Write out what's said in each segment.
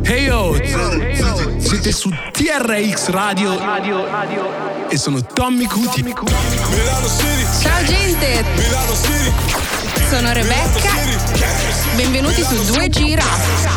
Hey yo, siete su TRX Radio e sono Tommy Cuti. Ciao gente, sono Rebecca, benvenuti su 2G Rap.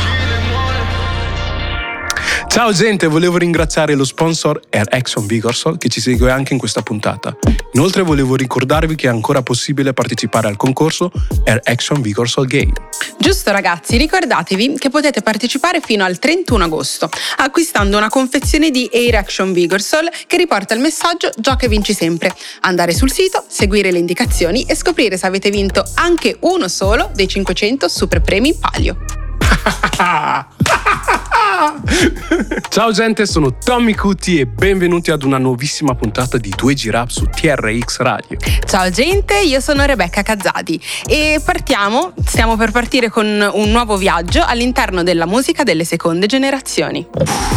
Ciao gente, volevo ringraziare lo sponsor Air Action Vigorsol che ci segue anche in questa puntata. Inoltre volevo ricordarvi che è ancora possibile partecipare al concorso Air Action Vigorsol Game. Giusto ragazzi, ricordatevi che potete partecipare fino al 31 agosto acquistando una confezione di Air Action Vigorsol che riporta il messaggio "Gioca e vinci sempre". Andare sul sito, seguire le indicazioni e scoprire se avete vinto anche uno solo dei 500 super premi in palio. Ciao gente, sono Tommy Cuti e benvenuti ad una nuovissima puntata di 2G Rap su TRX Radio. Ciao gente, io sono Rebecca Cazzadi e stiamo per partire con un nuovo viaggio all'interno della musica delle seconde generazioni.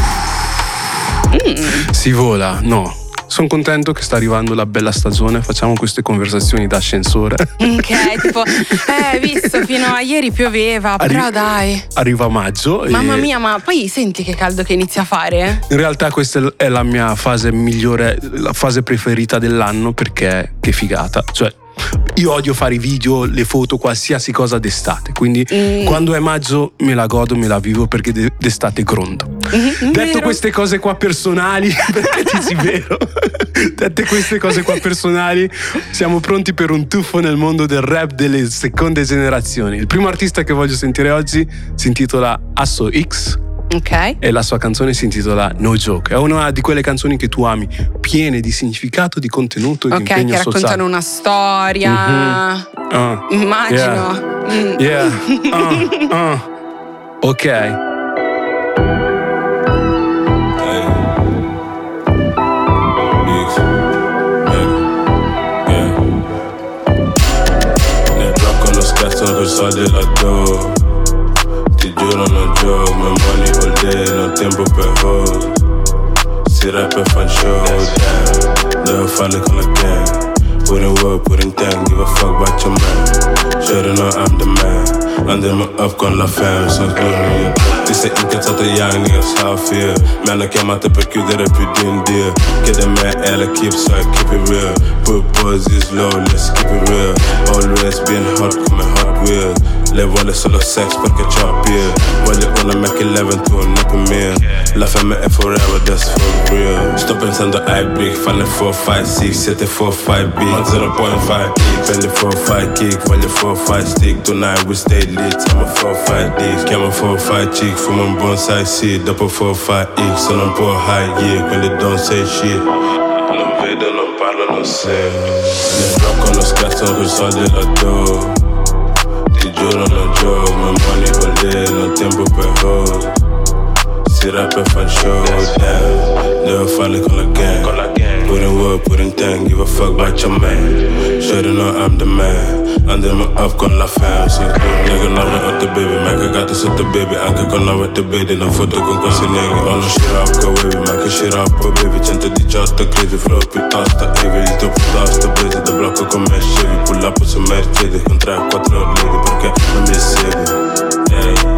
Si vola, no? Sono contento che sta arrivando la bella stagione, facciamo queste conversazioni d'ascensore. Ok, tipo, visto, fino a ieri pioveva, però dai. Arriva maggio. Mamma mia, ma poi senti che caldo che inizia a fare? In realtà questa è la mia fase migliore, la fase preferita dell'anno perché che figata. Cioè, io odio fare i video, le foto, qualsiasi cosa d'estate. Quindi quando è maggio me la godo, me la vivo perché d'estate grondo. Detto queste cose qua personali, perché dici vero? Dette queste cose qua personali, siamo pronti per un tuffo nel mondo del rap delle seconde generazioni. Il primo artista che voglio sentire oggi si intitola Asso X. Ok. E la sua canzone si intitola No Joke. È una di quelle canzoni che tu ami, piene di significato, di contenuto e di impegno che sociale. raccontano una storia. Immagino. Ok. Nel blocco lo scherzo per soldi la do. Ti giuro non gioco, my money all day, no tempo per hold. Si rap e fan show, damn. Devo farle con la gang. Put in work, put in time, give a fuck about your man. Sure know I'm the man. Andiamo up con la fam, sono sbirro. Ti sei incazzato young niggas, how I feel. Mi hanno chiamato per chiudere più di un deal. Chiede a me e la keep, so I keep it real. Put poses low, let's keep it real. Always been hot come Hot Wheels. Le vuole solo sex perché c'ho appeal. Voglio una Mac 11 tu un Happy Meal. La fame è forever, that's for real. Sto pensando ai brick, fanno 4, 5, 6, siete 4, 5 B. Ma 0.5 prendi 4, 5 kick. Voglio 4, 5 stick, tonight we stay lit. Siamo 4, 5 D. Chiamo 4, 5 chick, fumo un buon side C. Dopo 4, 5 X, sono un po' high, yeah, quindi don't say shit. Non vedo, non parlo, non sento. Nel blocco lo scherzo per soldi la do. Ti giuro non gioco, my money all day, no tempo per hold. Si rap e fan show, damn. Devo farle con la gang. Put in work, put in time, give a fuck about your man. Sure know I'm the man. Andiamo up con la fam, so nigga 98 baby, ma cagato sotto baby. Anche con 98 baby, non foto con questi neghi. Ho uno scirocco baby, ma che scirocco baby. 118 crisi, flow piuttosto heavy. Il tuo piuttosto busy, da blocco come Chevy. Pull up su Mercedes, con 3-4 lady, perché non mi segui.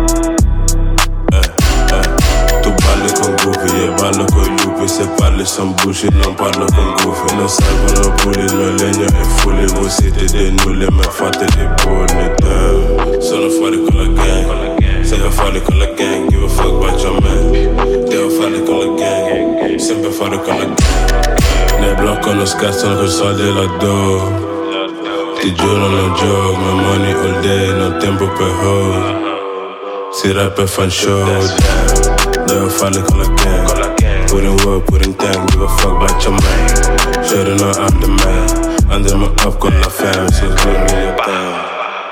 Tu balli con Goofy, io ballo con i lupi. Se parli son bullshit, non parlo con Goofy. Non servono bulli, il mio legno è fully. Voi siete dei nulli, ma fate dei bulli, damn. Sono fuori con la gang, sempre fuori con la gang. Give a fuck about your man. Devo farli con la gang, sempre fuori con la gang. Nel blocco non scherzano per soldi la do. Ti giuro non gioco, my money all day, no tempo per hold. Si rap e fan show, damn. Devo farle con la gang. Put in work, put in time, give a fuck about your man. Sure know I'm the man. Andiamo up con la fam, so sbirro io damn.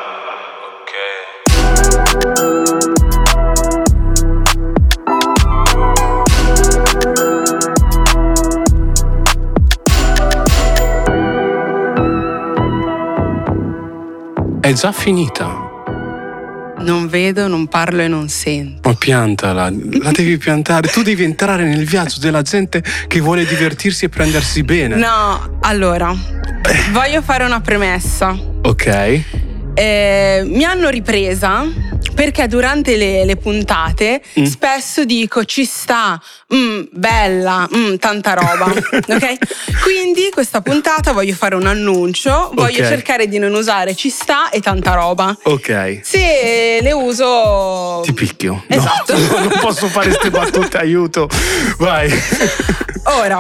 È già finita. Non vedo, non parlo e non sento. Ma piantala, la devi piantare. Tu devi entrare nel viaggio della gente che vuole divertirsi e prendersi bene. No, allora, voglio fare una premessa. Ok. Mi hanno ripresa Perché durante le puntate spesso dico ci sta, bella, tanta roba, ok? Quindi questa puntata voglio fare un annuncio, voglio cercare di non usare ci sta e tanta roba. Ok. Se le uso ti picchio. Esatto. No, non posso fare ste battute, aiuto. Vai. Ora,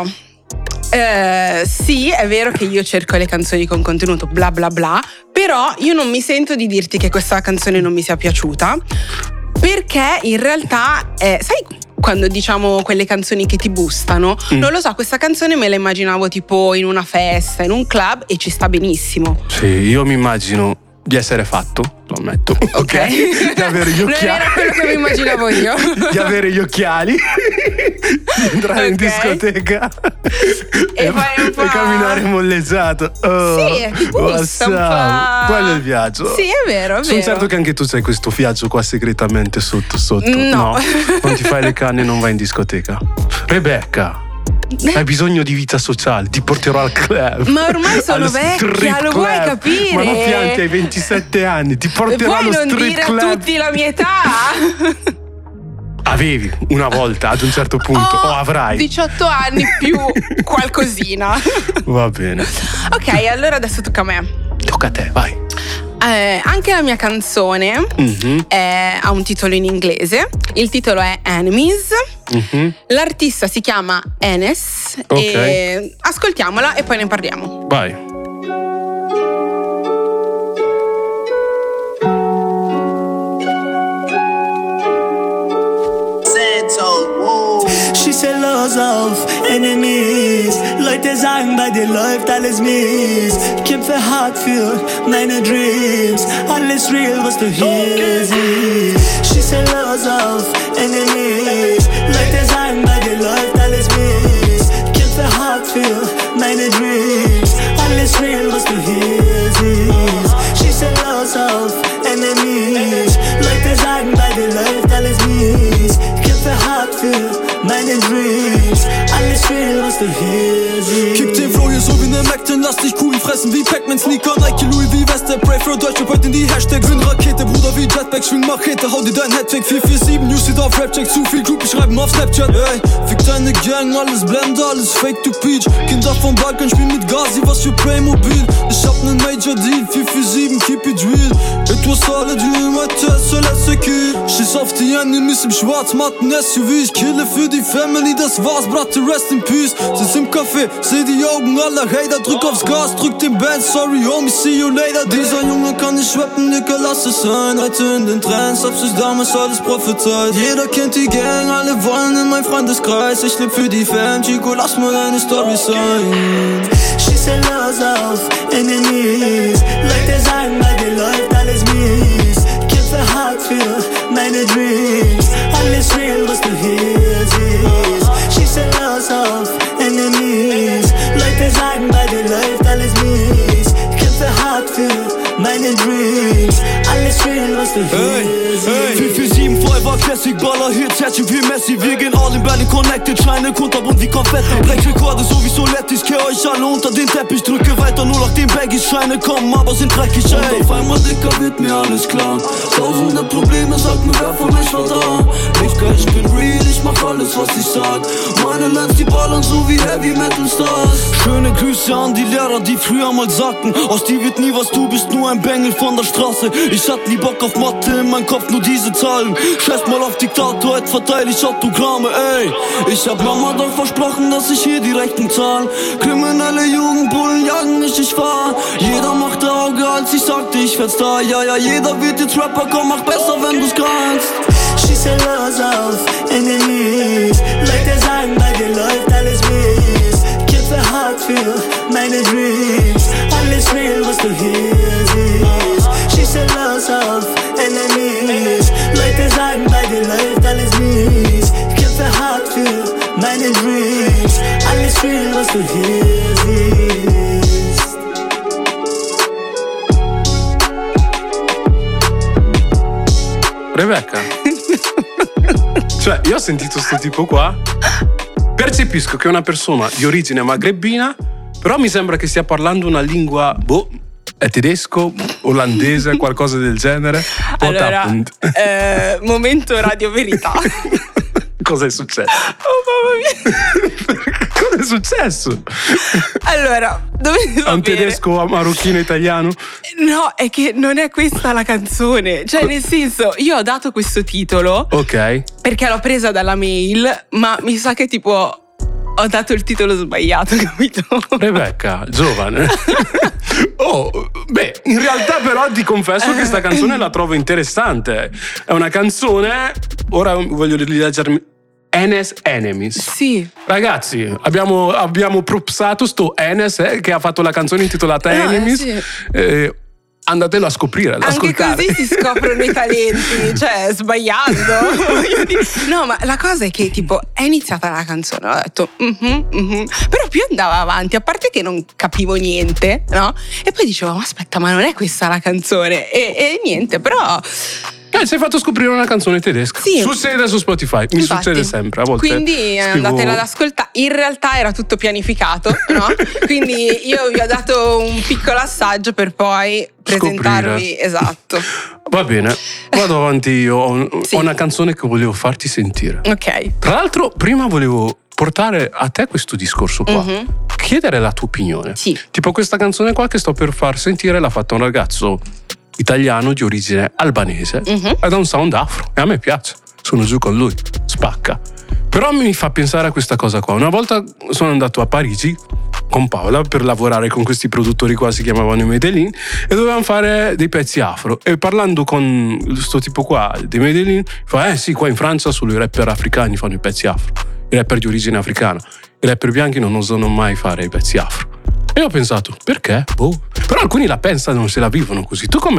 sì, è vero che io cerco le canzoni con contenuto bla bla bla, però io non mi sento di dirti che questa canzone non mi sia piaciuta, perché in realtà sai quando diciamo quelle canzoni che ti boostano? Non lo so, questa canzone me la immaginavo tipo in una festa, in un club, e ci sta benissimo. Sì, io mi immagino di essere fatto, lo ammetto, ok? Di avere gli occhiali. Non era quello che mi immaginavo io. Di avere gli occhiali, di entrare in discoteca e camminare molleggiato. Sì, ti gusta un po'. Quello è il viaggio. Sì, è vero, è Sono vero. certo che anche tu sai questo viaggio qua segretamente sotto. No. Non ti fai le canne e non vai in discoteca. Rebecca, hai bisogno di vita sociale, ti porterò al club. Ma ormai sono vecchia, lo vuoi capire? Ma non pianti, hai 27 anni, ti porterò allo strip club. Puoi non dire a tutti la mia età? Avevi una volta ad un certo punto, o avrai 18 anni più qualcosina. Va bene. Ok, allora adesso tocca a me. Tocca a te, vai. Anche la mia canzone ha un titolo in inglese. Il titolo è Enemies. L'artista si chiama Enes. E ascoltiamola e poi ne parliamo. Vai. She said lots of enemies. Leute sagen, bei dir läuft alles mies. Kämpfe hart für meine Dreams. Alles real, was du hier siehst. She said lots of enemies. Leute sagen, bei dir läuft alles mies. Kämpfe hart für meine Dreams. Alles real, was du hier siehst. She said lots of enemies. Leute sagen, bei dir läuft alles mies. Kämpfe hart für meine Dreams, alles real, was du hier siehst. Kick den Flow hier so wie ne Mac, dann lass dich Kugeln fressen wie Pac-Man, Sneaker, Nike, Louis V, Wester, Pray for Deutschrap, heute in die Hashtags. Bin Rakete, Bruder wie Jetpack, schwing Machete, hau dir dein Head weg, 447, Newsfeed auf Rapcheck, zu viel Groupies schreiben auf Snapchat, ey. Fick deine Gang, alles Blende, alles Fake to Peach. Kinder vom Balkan spielen mit Gazi, was für Playmobil. Ich hab nen Major Deal, 447, keep it real. It was all a dream, I test, so let's kill. Schieß auf die Enemies im schwarz-matten SUV, ich kille für die Family, das war's, Bratte, rest in peace. Sitz im Café, seh die Augen aller Hater, drück aufs Gas, drück den Band, sorry homie, see you later. Dieser Junge kann nicht rappen, Dicker, lass es sein. Reite in den Trends, hab sich damals alles prophezeit. Jeder kennt die Gang, alle wollen in mein Freundeskreis. Ich leb für die Fam, Chico, lass mal deine Story sein. She said lots of enemies. Leute sagen, bei dir läuft alles mies. Kämpfe hart für meine Dreams. Alles real, was du hier siehst. She said lots of enemies. Leute sagen, bei dir läuft alles mies. Kämpfe hart für meine Dreams. Alles real, was du hier siehst. 447 Forever Classic, Baller Hits, Herzchen wie Messi. Wir gehen all in Berlin connected, Scheine kunterbunt wie Konfetti. Black Rekorde sowieso letzt, ich kehr euch alle unter den Teppich. Drücke weiter, nur nach den Baggies, Scheine kommen, aber sind dreckig, ey. Und auf einmal, Dicker, wird mir alles klar. Tausende Probleme, sag mir, wer von euch war da? Ich bin real, ich mach alles, was ich sag. Meine Lines, die ballern so wie Heavy Metal Stars. Schöne Grüße an die Lehrer, die früher mal sagten, aus dir wird nie was, du bist nur ein Bengel von der Straße. Ich hatte nie Bock auf Mathe, in meinem Kopf nur diese Zahlen. Scheiß mal auf Diktator, jetzt verteil ich Autogramme, ey. Ich hab Mama doch versprochen, dass ich hier die Rechnung zahl. Kriminelle Jugendbullen jagen mich, ich fahr. Jeder machte Auge, als ich sagte, ich werd's da. Ja, jeder wird jetzt Rapper, komm, mach besser, wenn du's kannst. She said lots of enemies. Leute sagen, bei dir läuft alles mies. Kämpfe hart für meine Dreams. Alles real, was du hier siehst. She said lots of enemies. Leute sagen, bei dir läuft alles mies. Kämpfe hart für meine Dreams. Alles real, was du hier siehst. Rebecca. Cioè, io ho sentito sto tipo qua, percepisco che è una persona di origine magrebina, però mi sembra che stia parlando una lingua, È tedesco, olandese, qualcosa del genere? Allora, momento Radio Verità. Cosa è successo? Oh mamma mia. Cosa è successo? Allora, dovete sapere. È un tedesco marocchino italiano? No, è che non è questa la canzone. Cioè, nel senso, io ho dato questo titolo. Ok. Perché l'ho presa dalla mail, ma mi sa che tipo ho dato il titolo sbagliato, capito? Rebecca, giovane. In realtà però ti confesso che questa canzone la trovo interessante. È una canzone, ora voglio rileggermi, Enes Enemies. Sì. Ragazzi, abbiamo propsato sto Enes che ha fatto la canzone intitolata Enemies. Sì. Andatelo a scoprire, ad anche ascoltare. così si scoprono i talenti, cioè sbagliando. No, ma la cosa è che tipo è iniziata la canzone, ho detto però più andava avanti, a parte che non capivo niente, no? E poi dicevo, ma aspetta, ma non è questa la canzone? E niente, però Si è fatto scoprire una canzone tedesca. Sì. Succede su Spotify. Mi succede sempre. A volte quindi andatela ad ascoltare. In realtà era tutto pianificato, no? Quindi io vi ho dato un piccolo assaggio per poi presentarvi. Esatto. Va bene, vado avanti io. Ho una canzone che volevo farti sentire. Ok. Tra l'altro, prima volevo portare a te questo discorso qua. Chiedere la tua opinione. Sì. Tipo questa canzone qua che sto per far sentire l'ha fatta un ragazzo italiano di origine albanese ed ha un sound afro e a me piace, sono giù con lui, spacca. Però mi fa pensare a questa cosa qua. Una volta sono andato a Parigi con Paola per lavorare con questi produttori qua, si chiamavano i Medellin, e dovevamo fare dei pezzi afro, e parlando con questo tipo qua dei Medellin fa sì, qua in Francia solo i rapper africani fanno i pezzi afro, i rapper di origine africana, i rapper bianchi non osano mai fare i pezzi afro. E ho pensato, perché? Però alcuni la pensano, se la vivono così. Tu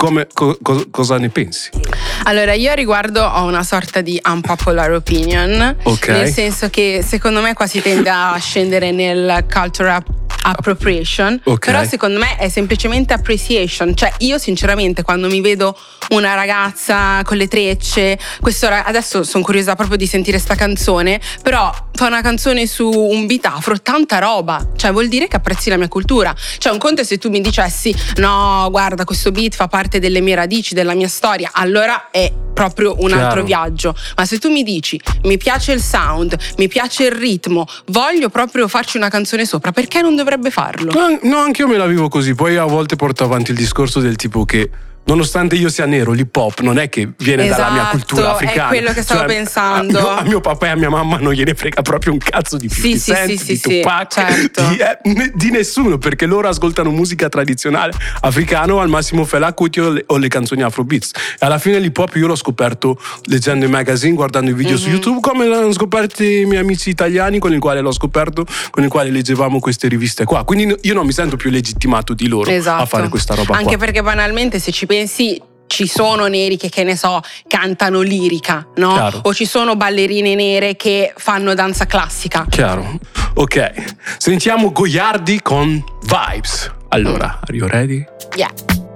cosa ne pensi? Allora, io a riguardo ho una sorta di unpopular opinion, nel senso che secondo me qua si tende a scendere nel cultural appropriation, però secondo me è semplicemente appreciation. Cioè io sinceramente quando mi vedo una ragazza con le trecce, adesso sono curiosa proprio di sentire sta canzone, però fa una canzone su un beat afro, tanta roba, cioè vuol dire che apprezzi la mia cultura. Cioè un conto è se tu mi dicessi no guarda questo beat fa parte delle mie radici, della mia storia, allora è proprio un altro viaggio. Ma se tu mi dici mi piace il sound, mi piace il ritmo, voglio proprio farci una canzone sopra, perché non dovrebbe farlo? No, anche io me la vivo così. Poi a volte porto avanti il discorso del tipo che nonostante io sia nero, l'hip hop non è che viene dalla mia cultura africana. È quello che stavo pensando. A mio papà e a mia mamma non gliene frega proprio un cazzo di 50 Cent, di Tupac, certo. di nessuno, perché loro ascoltano musica tradizionale africana o al massimo Fela Kuti o le canzoni afrobeats. E alla fine l'hip hop io l'ho scoperto leggendo i magazine, guardando i video su YouTube, come l'hanno scoperto i miei amici italiani con i quali l'ho scoperto, con i quali leggevamo queste riviste qua. Quindi io non mi sento più legittimato di loro a fare questa roba qua. Anche perché banalmente se ci pensi ci sono neri che ne so cantano lirica, no? Chiaro. O ci sono ballerine nere che fanno danza classica. Chiaro. Ok, sentiamo Goiardi con Vibes. Allora, are you ready? Yeah.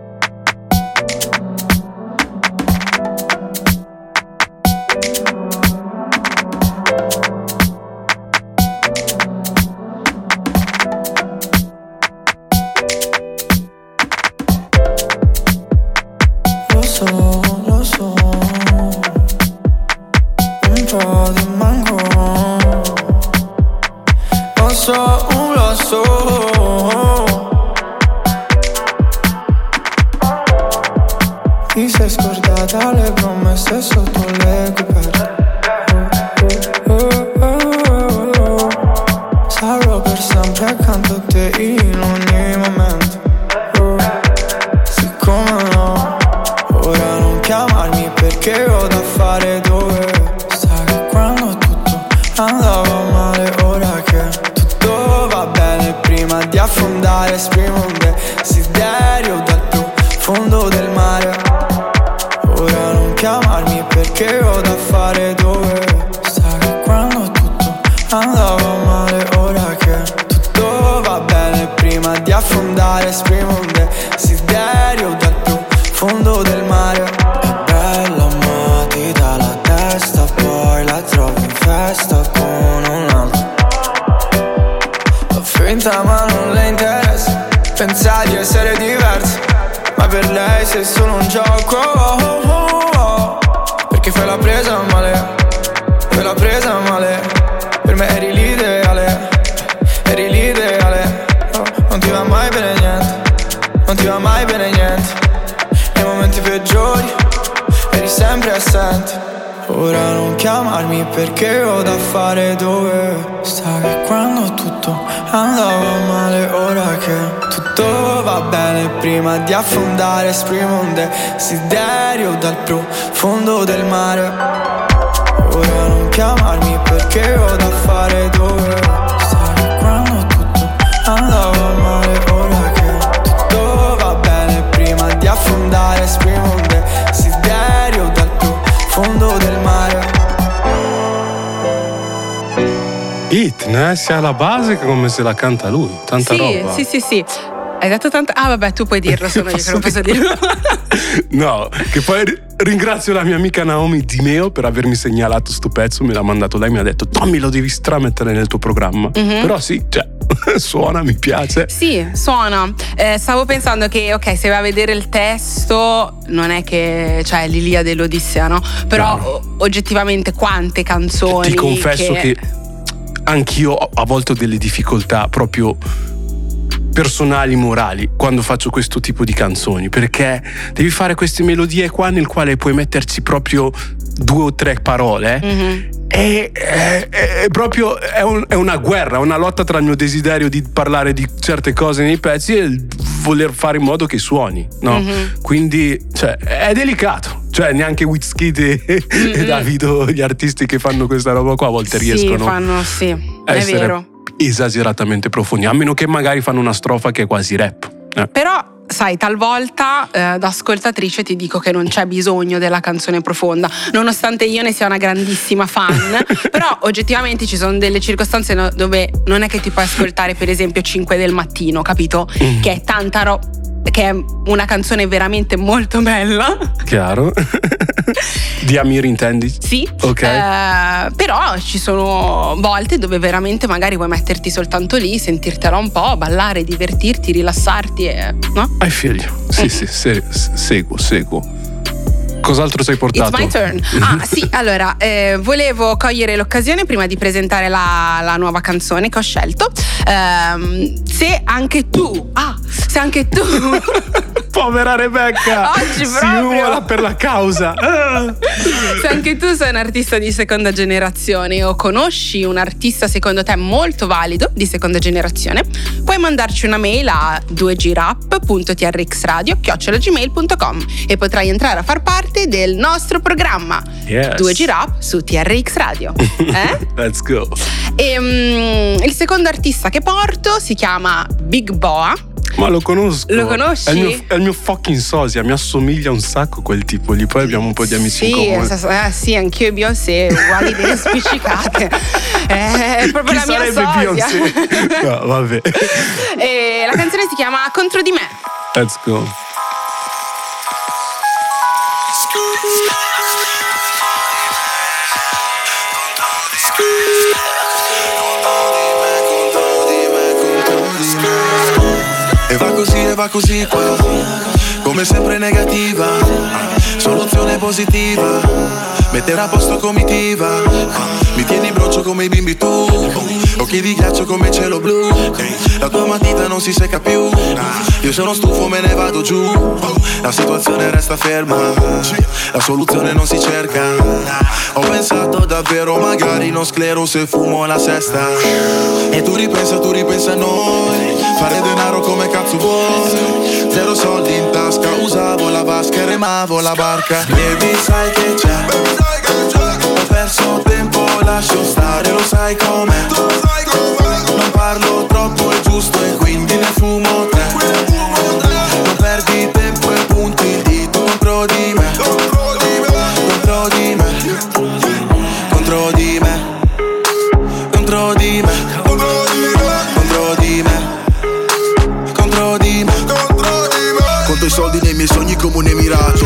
Lo so, un po' di mango. Lo so. Ti sei scordata le promesse sotto le coperte. Sarò per sempre accanto a te in ogni momento. Siccome no, ora non chiamarmi perché ho da fare dove sai che quando tutto andava male, ora che tutto va bene, prima di affondare esprimo un desiderio dal profondo del mare. Ora non chiamarmi perché ho da fare dove sai che quando tutto andava male, ora che tutto va bene, prima di affondare esprimo un desiderio dal profondo del mare. È bella ma ti dà la testa, poi la trovi in festa con un altro. Fa finta ma non le interessa, pensa di essere diversa. se è solo un gioco, perché fai la presa male, fai la presa male. Per me eri l'ideale, eri l'ideale. Non ti va mai bene niente, non ti va mai bene niente. Nei momenti peggiori eri sempre assente. Ora non chiamarmi perché ho da fare dove stavi quando tutto andava male. Ora che tutto va bene, prima di affondare esprimo un desiderio dal profondo del mare. Ora non chiamarmi perché ho da fare dove stavi quando tutto andava male. Ora che tutto va bene, prima di affondare esprimo un desiderio dal profondo del mare. Hit, né? Sia alla base che come se la canta lui. Tanta roba. Sì. Hai detto tanto. Ah, vabbè, tu puoi dirlo, sono io che non posso dirlo. No, che poi ringrazio la mia amica Naomi Di Meo per avermi segnalato sto pezzo. Me l'ha mandato lei, mi ha detto: Tommy, lo devi stramettere nel tuo programma. Però sì, cioè, suona, mi piace. Sì, suona. Stavo pensando che, ok, se vai a vedere il testo, non è che c'è l'Iliade e l'Odissea, no? Però oggettivamente quante canzoni. Ti confesso che anch'io a volte ho delle difficoltà proprio personali, morali, quando faccio questo tipo di canzoni, perché devi fare queste melodie qua nel quale puoi metterci proprio 2 o 3 parole. È proprio è una guerra, una lotta tra il mio desiderio di parlare di certe cose nei pezzi e il voler fare in modo che suoni, no? Quindi, cioè, è delicato. Cioè, neanche Wizkid e Davido, gli artisti che fanno questa roba qua, a volte riescono è vero, esageratamente profondi, a meno che magari fanno una strofa che è quasi rap. Però sai, talvolta da ascoltatrice ti dico che non c'è bisogno della canzone profonda, nonostante io ne sia una grandissima fan. Però oggettivamente ci sono delle circostanze dove non è che ti puoi ascoltare per esempio 5 del mattino, capito? Che è tanta roba, che è una canzone veramente molto bella. Chiaro. Di Amir intendi? Sì. Ok. Però ci sono volte dove veramente magari vuoi metterti soltanto lì, sentirtela un po', ballare, divertirti, rilassarti, no? I feel you. Sì, seguo. Cos'altro sei portato? It's my turn. Ah sì, allora volevo cogliere l'occasione prima di presentare la nuova canzone che ho scelto. Se anche tu povera Rebecca, oggi si proprio uola per la causa. Se anche tu sei un artista di seconda generazione o conosci un artista secondo te molto valido di seconda generazione, puoi mandarci una mail a 2grap.trxradio@gmail.com e potrai entrare a far parte del nostro programma. Yes. 2grap su TRX Radio. Let's go. Il secondo artista che porto si chiama Big Boa. Ma lo conosco. Lo conosci? È il mio fucking sosia, mi assomiglia un sacco quel tipo lì. Poi abbiamo un po' di amici in comune. Sì, anch'io e Beyoncé, uguali idee spiccicate. È proprio Chi la mia sarebbe sosia. Beyoncé? No, vabbè. E la canzone si chiama Contro di me. Let's go. E va così qua, come sempre negativa, soluzione positiva, mettere a posto comitiva, mi tieni in braccio come i bimbi tu, occhi di ghiaccio come cielo blu, la tua matita non si secca più, io sono stufo me ne vado giù, la situazione resta ferma, la soluzione non si cerca, ho pensato davvero magari non sclero se fumo la sesta, e tu ripensa a noi, fare denaro come cazzo vuoi, zero soldi in tasca, usavo la vasca e remavo la barca, baby sai che c'è, ho perso tempo, lascio stare, lo sai com'è, non parlo troppo, è giusto e quindi ne fumo te, non perdi tempo e punti il dito contro di me, contro di me, contro di me, contro di me, contro di me, contro di me, conto i soldi nei miei sogni come un emirato, la tua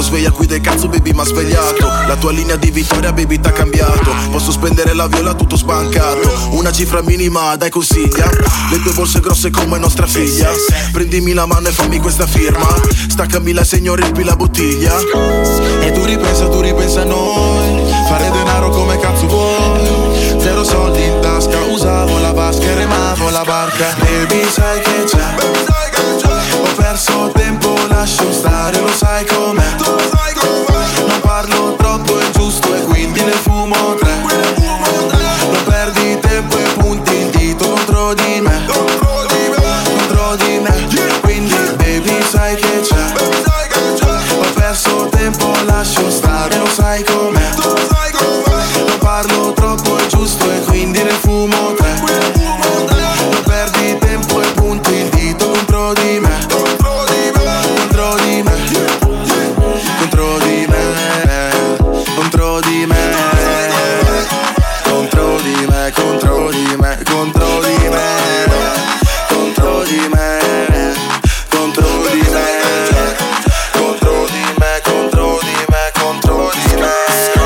sveglia qui del cazzo baby m'ha svegliato. La tua linea di vittoria baby t'ha cambiato. Posso spendere la viola tutto sbancato. Una cifra minima dai consiglia. Le tue borse grosse come nostra figlia. Prendimi la mano e fammi questa firma. Staccami la segno, riempi la bottiglia. E tu ripensa a noi. Fare denaro come cazzo vuoi. Zero soldi in tasca, usavo la vasca e remavo la barca. Baby sai che c'è, ho perso tempo, lascio stare, lo sai com'è. Non parlo troppo, è giusto e quindi ne fumo tre. Non perdi tempo e punti il dito contro di me. Contro di me. Quindi baby sai che c'è, ho perso tempo, lascio stare, lo sai com'è. Non parlo troppo, è giusto e quindi ne fumo tre. Non perdi tempo e punti il dito contro di me. Contro di me. Contro di me. Contro di me. Contro di me. Contro di me. Contro di me. Contro di me. Contro di me. Contro di me. Contro di me. Contro di me.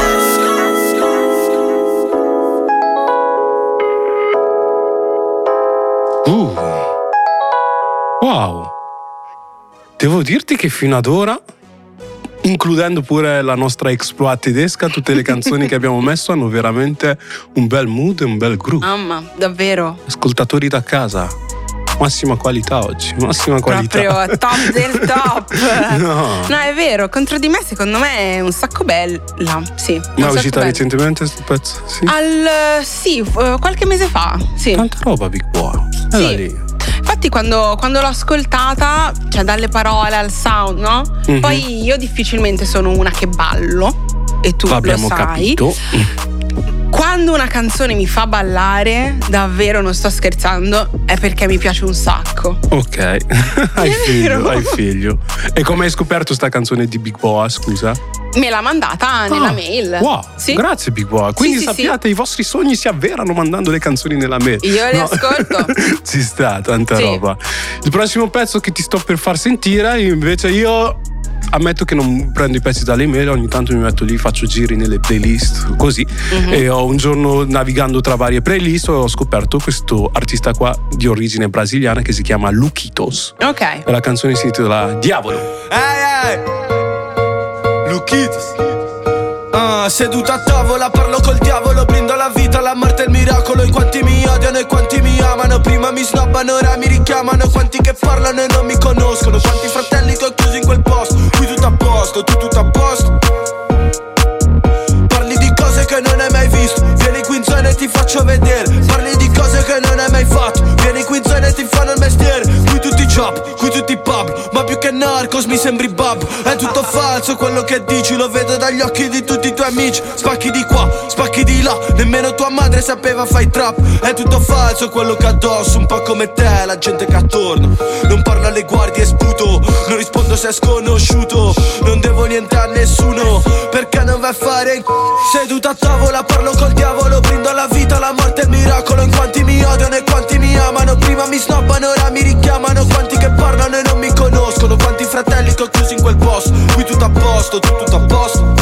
Wow. Devo dirti che fino ad ora, includendo pure la nostra exploit tedesca, tutte le canzoni che abbiamo messo hanno veramente un bel mood e un bel groove. Mamma, davvero. Ascoltatori da casa, massima qualità oggi, massima qualità. Proprio top del top. No. No, è vero, contro di me secondo me è un sacco bella. Sì. Ma è uscita recentemente questo pezzo? Sì. Sì, qualche mese fa. Sì. Tanta roba Big Boy. Sì. Lì. Infatti quando l'ho ascoltata, cioè dalle parole al sound, no? Mm-hmm. Poi io difficilmente sono una che ballo, e tu l'abbiamo lo sai. capito. Quando una canzone mi fa ballare, davvero non sto scherzando, è perché mi piace un sacco. Ok, hai figlio. E come hai scoperto sta canzone di Big Boa, scusa? Me l'ha mandata nella mail. Wow, sì? Grazie Big Boa. Quindi sì, sappiate, i vostri sogni si avverano mandando le canzoni nella mail. Io le ascolto. Ci sta, tanta roba. Il prossimo pezzo che ti sto per far sentire, invece io ammetto che non prendo i pezzi dalle mail, ogni tanto mi metto lì, faccio giri nelle playlist così, e ho un giorno navigando tra varie playlist ho scoperto questo artista qua di origine brasiliana che si chiama Luquitos. Ok. E la canzone si intitola Diavolo. Luquitos. Seduta a tavola, parlo col diavolo, brindo la vita, la morte e il miracolo. In quanti mi odiano e quanti mi amano, prima mi snobbano, ora mi richiamano. Quanti che parlano e non mi conoscono, quanti fratelli che ho chiuso in quel posto. Qui tutto a posto, tu tutto a posto. Parli di cose che non hai mai visto, vieni qui in zona e ti faccio vedere. Parli di cose che non hai mai fatto, vieni qui in zona e ti fanno il mestiere. Qui tutti job, qui tutti pub, ma più che narcos mi sembri bub. È tutto falso quello che dici, lo vedo dagli occhi di tutti i tuoi amici. Spacchi di qua, spacchi di là, nemmeno tua madre sapeva fai trap. È tutto falso quello che addosso, un po' come te, la gente che attorno. Non parlo alle guardie e sputo, non rispondo se è sconosciuto. Non devo niente a nessuno, perché non vai a fare seduta a tavola, parlo col diavolo, brindo la vita, la morte e il miracolo. In quanti mi odiano e quanti mi amano, prima mi snobbano, ora mi richiamano. Quanti che parlano e non mi conoscono, quanti fratelli che ho chiuso in quel posto. Qui tutto a posto, tu tutto a posto.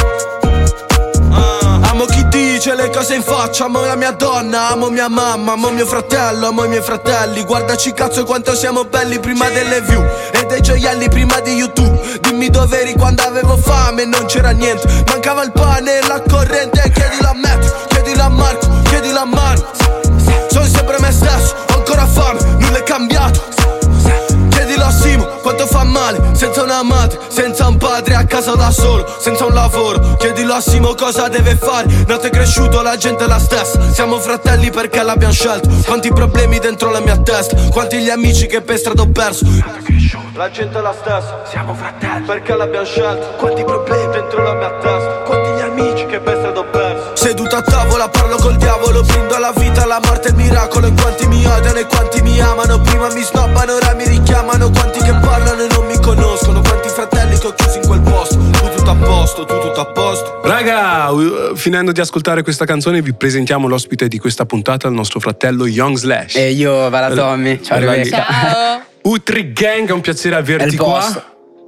Amo chi dice le cose in faccia, amo la mia donna, amo mia mamma, amo mio fratello, amo i miei fratelli. Guardaci cazzo quanto siamo belli prima delle view e dei gioielli prima di YouTube. Dimmi dove eri quando avevo fame e non c'era niente, mancava il pane e la corrente. Chiedilo a Matt, chiedilo a Marco, chiedilo a Manu. Sono sempre me stesso, ho ancora fame, nulla è cambiato. Chiedilo a Simo quanto fa male, senza una madre, senza un padre, a casa da solo, senza un lavoro. Chiedilo a Simo cosa deve fare, nato e cresciuto la gente è la stessa. Siamo fratelli perché l'abbiamo scelto. Quanti problemi dentro la mia testa, quanti gli amici che per strada ho perso. La gente è la stessa, siamo fratelli perché l'abbiamo scelto. Quanti problemi dentro la mia testa, quanti gli amici che per strada ho perso. Seduto a tavola, parlo col diavolo, brindo la vita, la morte e il miracolo. In quanti mi odiano e quanti mi amano, prima mi snobbano, ora mi richiamano. Quanti che parlano e non mi conoscono, quanti fratelli che ho chiuso in quel posto. Tu tutto a posto, tu tutto a posto. Raga, finendo di ascoltare questa canzone vi presentiamo l'ospite di questa puntata, il nostro fratello Young Slash. E io, va la Tommy. Ciao Rebecca. Ciao. Utri Gang, è un piacere averti qua.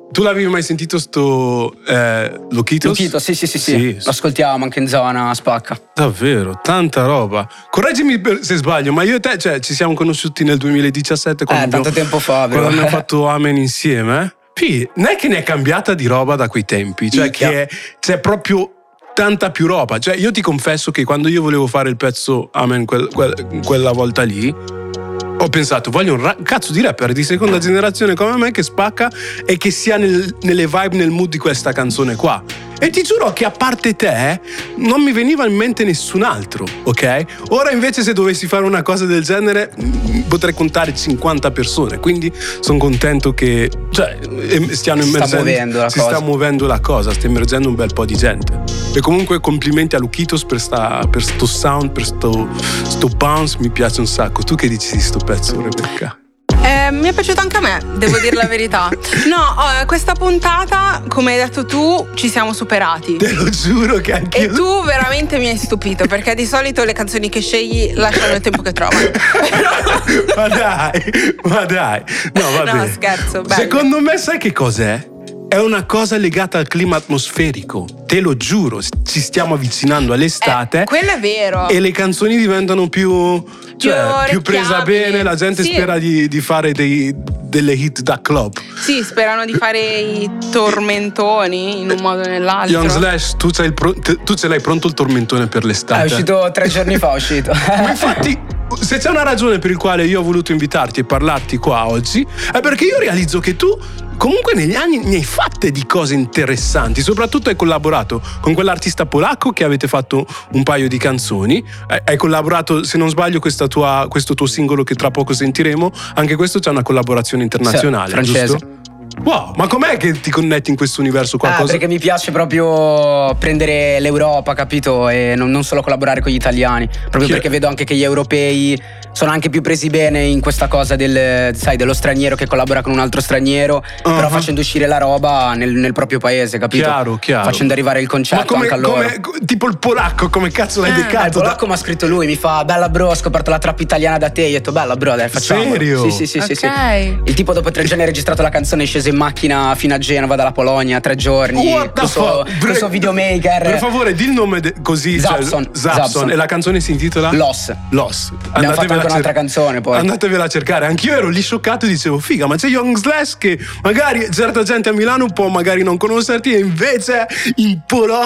Tu l'avevi mai sentito sto Loquitos? Loquitos, sì. Lo ascoltiamo anche in zona Spacca. Davvero, tanta roba. Correggimi se sbaglio, ma io e te, cioè, ci siamo conosciuti nel 2017 tanto tempo fa, quando abbiamo fatto Amen insieme. Non è che ne è cambiata di roba da quei tempi, cioè che c'è proprio tanta più roba. Cioè, io ti confesso che quando io volevo fare il pezzo Amen quella volta lì, ho pensato, voglio un cazzo di rapper di seconda generazione come me che spacca e che sia nelle vibe, nel mood di questa canzone qua. E ti giuro che a parte te non mi veniva in mente nessun altro, ok? Ora invece se dovessi fare una cosa del genere potrei contare 50 persone, quindi sono contento che si sta muovendo la cosa, sta emergendo un bel po' di gente. E comunque complimenti a Loquitos per sto sound, per sto bounce, mi piace un sacco. Tu che dici di sto pezzo, Rebecca? Mi è piaciuto anche a me, devo dire la verità. No, questa puntata, come hai detto tu, ci siamo superati. Te lo giuro che anche E tu veramente mi hai stupito, perché di solito le canzoni che scegli lasciano il tempo che trovano. ma dai. No, va bene. No, scherzo, bello. Secondo me sai che cos'è? È una cosa legata al clima atmosferico. Te lo giuro, ci stiamo avvicinando all'estate. Quello è vero. E le canzoni diventano più presa bene. La gente spera di fare delle hit da club. Sì, sperano di fare i tormentoni in un modo o nell'altro. Young Slash, tu ce l'hai pronto il tormentone per l'estate? È uscito 3 giorni fa, Ma infatti, se c'è una ragione per la quale io ho voluto invitarti e parlarti qua oggi, è perché io realizzo che tu comunque negli anni ne hai fatte di cose interessanti. Soprattutto hai collaborato con quell'artista polacco che avete fatto un paio di canzoni. Hai collaborato, se non sbaglio, questo tuo singolo che tra poco sentiremo, anche questo c'è una collaborazione internazionale, francese. Giusto? Wow, ma com'è che ti connetti in questo universo qua? Perché mi piace proprio prendere l'Europa, capito? E non solo collaborare con gli italiani. Proprio perché vedo anche che gli europei sono anche più presi bene in questa cosa dello straniero che collabora con un altro straniero, però facendo uscire la roba nel proprio paese, capito? Chiaro. Facendo arrivare il concetto anche a loro. Tipo il polacco, come cazzo l'hai beccato? Il polacco mi ha scritto lui, mi fa: bella bro, ho scoperto la trap italiana da te. Io ho detto: bella bro, dai, facciamo. Serio? Sì. Okay. Il tipo dopo 3 giorni ha registrato la canzone, è sceso in macchina fino a Genova dalla Polonia, 3 giorni. Questo videomaker. Per favore, di il nome così. Zapson. E la canzone si intitola? Loss. Abbiamo fatto anche un'altra canzone poi. Andatevela a cercare. Anch'io ero lì scioccato e dicevo: figa, ma c'è Young Slash che magari certa gente a Milano può magari non conoscerti, e invece in Polonia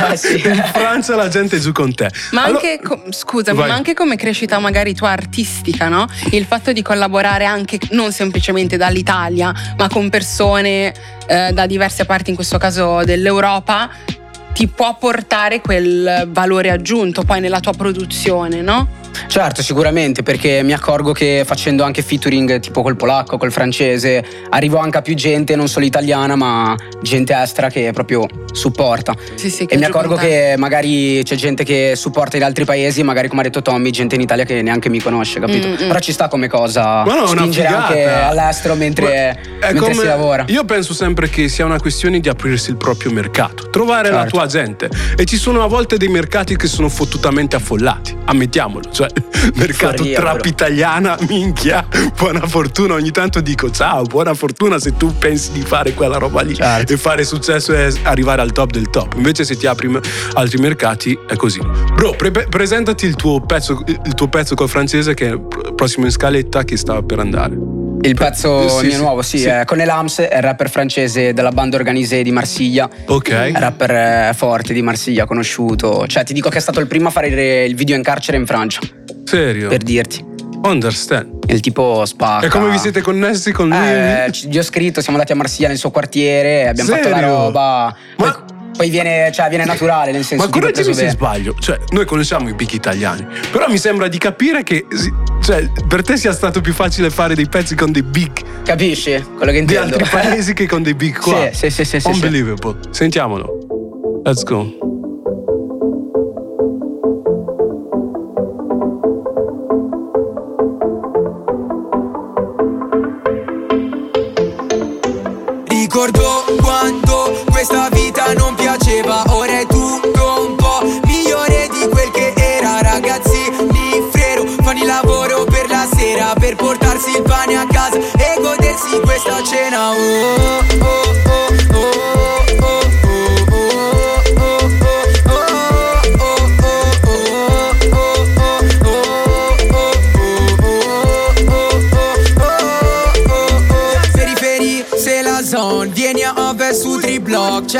in Francia la gente è giù con te. Ma anche ma anche come crescita magari tua artistica, no? Il fatto di collaborare anche non semplicemente dall'Italia, ma con persone da diverse parti, in questo caso dell'Europa, ti può portare quel valore aggiunto poi nella tua produzione, no? Certo, sicuramente, perché mi accorgo che facendo anche featuring tipo col polacco, col francese, arrivo anche a più gente, non solo italiana ma gente estera che proprio supporta. Sì, e mi accorgo che magari c'è gente che supporta in altri paesi, magari come ha detto Tommy, gente in Italia che neanche mi conosce, capito? Però ci sta come cosa spingere anche all'estero mentre si lavora. Io penso sempre che sia una questione di aprirsi il proprio mercato, trovare la tua gente, e ci sono a volte dei mercati che sono fottutamente affollati, ammettiamolo, cioè mercato trap italiana, minchia, buona fortuna. Ogni tanto dico ciao, buona fortuna se tu pensi di fare quella roba lì e fare successo e arrivare al top del top. Invece se ti apri altri mercati è così. Bro, presentati il tuo pezzo col francese, che è prossimo in scaletta, che sta per andare. Il pezzo mio nuovo, è con Elams, è il rapper francese della banda Organisée di Marsiglia. Ok. Rapper forte di Marsiglia, conosciuto. Cioè, ti dico che è stato il primo a fare il video in carcere in Francia. Serio? Per dirti. Understand. Il tipo spacca. E come vi siete connessi con lui? Gli ho scritto, siamo andati a Marsiglia nel suo quartiere, abbiamo fatto la roba. Poi viene naturale, nel senso. Ma correggimi se sbaglio, cioè noi conosciamo i big italiani, però mi sembra di capire che per te sia stato più facile fare dei pezzi con dei big, capisci? Quello che intendo. Di altri paesi che con dei big qua. Sì. Unbelievable. Sentiamolo. Let's go. Ricordo quando questa vita non piaceva, ora è tutto un po' migliore di quel che era. Ragazzi, mi frero, fanno il lavoro per la sera, per portarsi il pane a casa e godersi questa cena. Oh, oh, oh.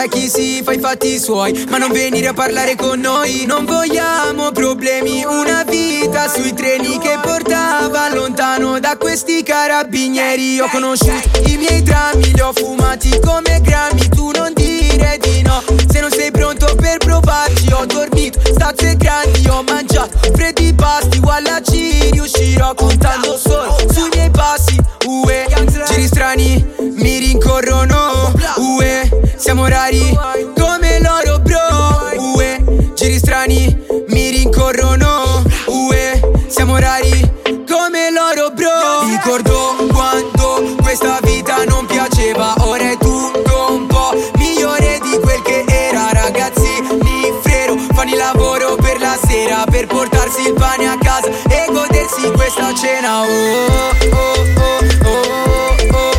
c'è chi si fa i fatti suoi, ma non venire a parlare con noi. Non vogliamo problemi, una vita sui treni che portava lontano da questi carabinieri. Ho conosciuto i miei drammi, li ho fumati come grammi. Tu non dire di no, se non sei pronto per provarci. Ho dormito, stazze grandi, ho mangiato freddi pasti. Walla ci riuscirò contando solo sui miei passi. Ue, giri strani, mi rincorrono. Ue, siamo rari come l'oro bro. Ue, giri strani, mi rincorrono. Ue, siamo rari come l'oro bro. Ricordo quando questa vita non piaceva, ora è tutto un po' migliore di quel che era. Ragazzi, frero, fanno il lavoro per la sera, per portarsi il pane a casa e godersi questa cena. Oh, oh, oh, oh, oh, oh.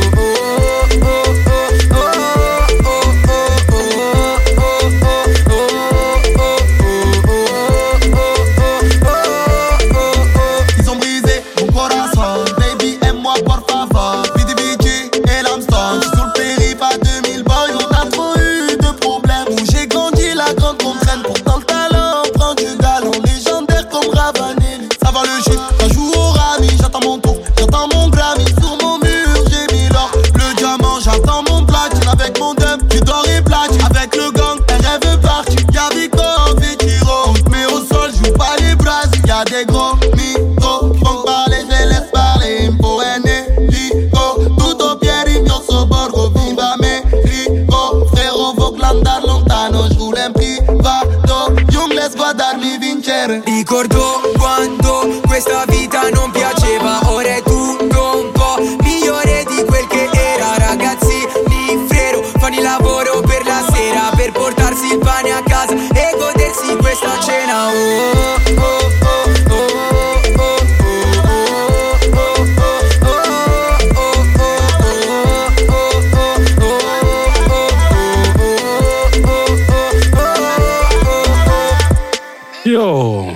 Ricordo quando questa vita non piaceva, ora è tutto un po' migliore di quel che era. Ragazzi, frero, fanno il lavoro per la sera, per portarsi il pane a casa e godersi questa cena. Oh, oh, oh, oh. Yo,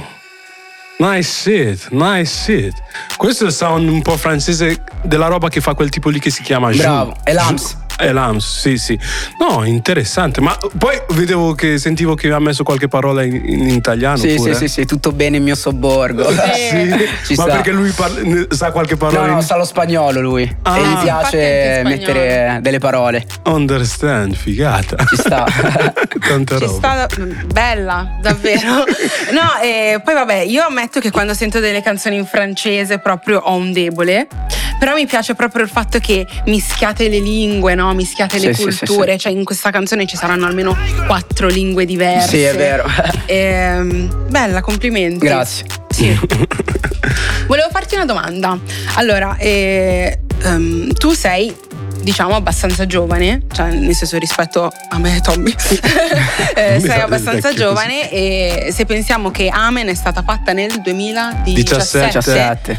nice shit. Questo è il sound un po' francese della roba che fa quel tipo lì che si chiama Bravo, è l'Ams. È l'Ams, sì. No, interessante. Ma poi sentivo che ha messo qualche parola in italiano. Sì, tutto bene il mio sobborgo. Sì. Ma sta. Perché lui sa qualche parola? No, sa lo spagnolo lui. E gli piace mettere delle parole. Understand, figata. Ci sta. Tanta roba. Ci sta, bella, davvero. No, e poi vabbè, io ammetto che quando sento delle canzoni in francese proprio ho un debole. Però mi piace proprio il fatto che mischiate le lingue, no? Mischiate le culture. Cioè in questa canzone ci saranno almeno 4 lingue diverse. Sì, è vero. Bella, complimenti. Grazie. Sì. Volevo farti una domanda. Allora, tu sei, diciamo, abbastanza giovane, cioè nel senso rispetto a me e Tommy. Sei abbastanza giovane e se pensiamo che Amen è stata fatta nel 2017,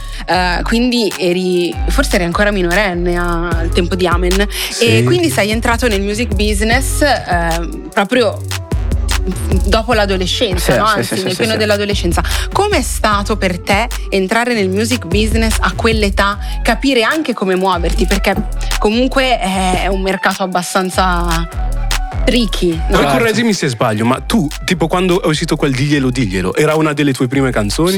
quindi forse eri ancora minorenne al tempo di Amen, sì. E quindi sei entrato nel music business proprio dopo l'adolescenza, no? Anzi, nel pieno dell'adolescenza. Com'è stato per te entrare nel music business a quell'età, capire anche come muoverti? Perché comunque è un mercato abbastanza tricky, no? Poi correggimi se sbaglio, ma tu, tipo, quando è uscito quel Diglielo, era una delle tue prime canzoni?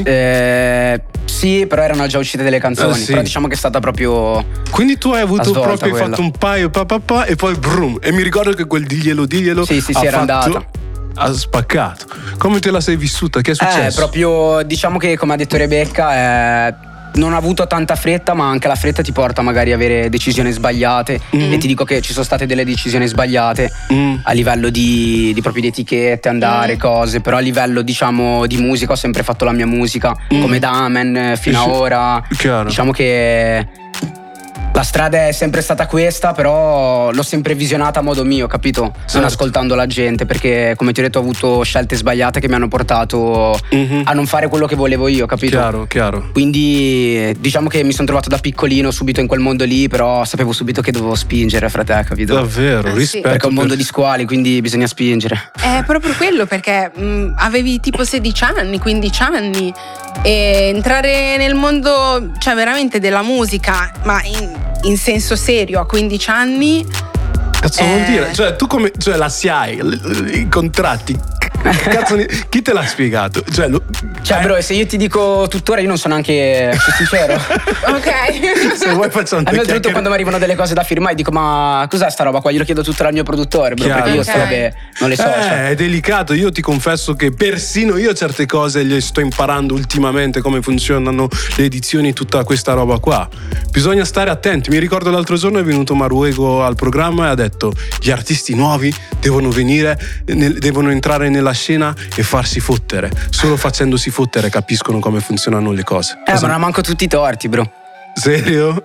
Sì, però erano già uscite delle canzoni, sì. Però diciamo che è stata proprio. Quindi tu hai avuto proprio fatto un paio e poi brum. E mi ricordo che quel Diglielo sì, era andata. Ha spaccato. Come te la sei vissuta? Che è successo? Proprio, diciamo che come ha detto Rebecca, non ho avuto tanta fretta, ma anche la fretta ti porta magari a avere decisioni sbagliate. E ti dico che ci sono state delle decisioni sbagliate a livello di proprio di etichette, andare, cose. Però a livello, diciamo, di musica ho sempre fatto la mia musica, come da Amen fino a ora. Chiaro. Diciamo che la strada è sempre stata questa, però l'ho sempre visionata a modo mio, capito? Non ascoltando la gente, perché come ti ho detto ho avuto scelte sbagliate che mi hanno portato a non fare quello che volevo io, capito? Chiaro. Quindi diciamo che mi sono trovato da piccolino subito in quel mondo lì, però sapevo subito che dovevo spingere, frate, capito? Davvero, rispetto. Perché è un mondo di squali, quindi bisogna spingere. È proprio quello, perché avevi tipo 16 anni, 15 anni e entrare nel mondo, cioè veramente della musica, ma in senso serio a 15 anni Cazzo vuol dire? Cioè tu come, cioè la SIAE, i contratti, cazzo, chi te l'ha spiegato? Cioè bro, se io ti dico tuttora io non sono neanche sincero. Ok. Se vuoi facciamo a me oltretutto quando mi arrivano delle cose da firmare dico ma cos'è sta roba qua? Glielo chiedo tutto al mio produttore, bro, Chiaro. perché io sta robe non le so. È delicato, io ti confesso che persino io certe cose le sto imparando ultimamente, come funzionano le edizioni, tutta questa roba qua. Bisogna stare attenti. Mi ricordo l'altro giorno è venuto Maruego al programma e ha detto gli artisti nuovi devono venire, devono entrare nella scena e farsi fottere. Solo facendosi fottere capiscono come funzionano le cose. Ma non ha manco tutti i torti, bro. Serio?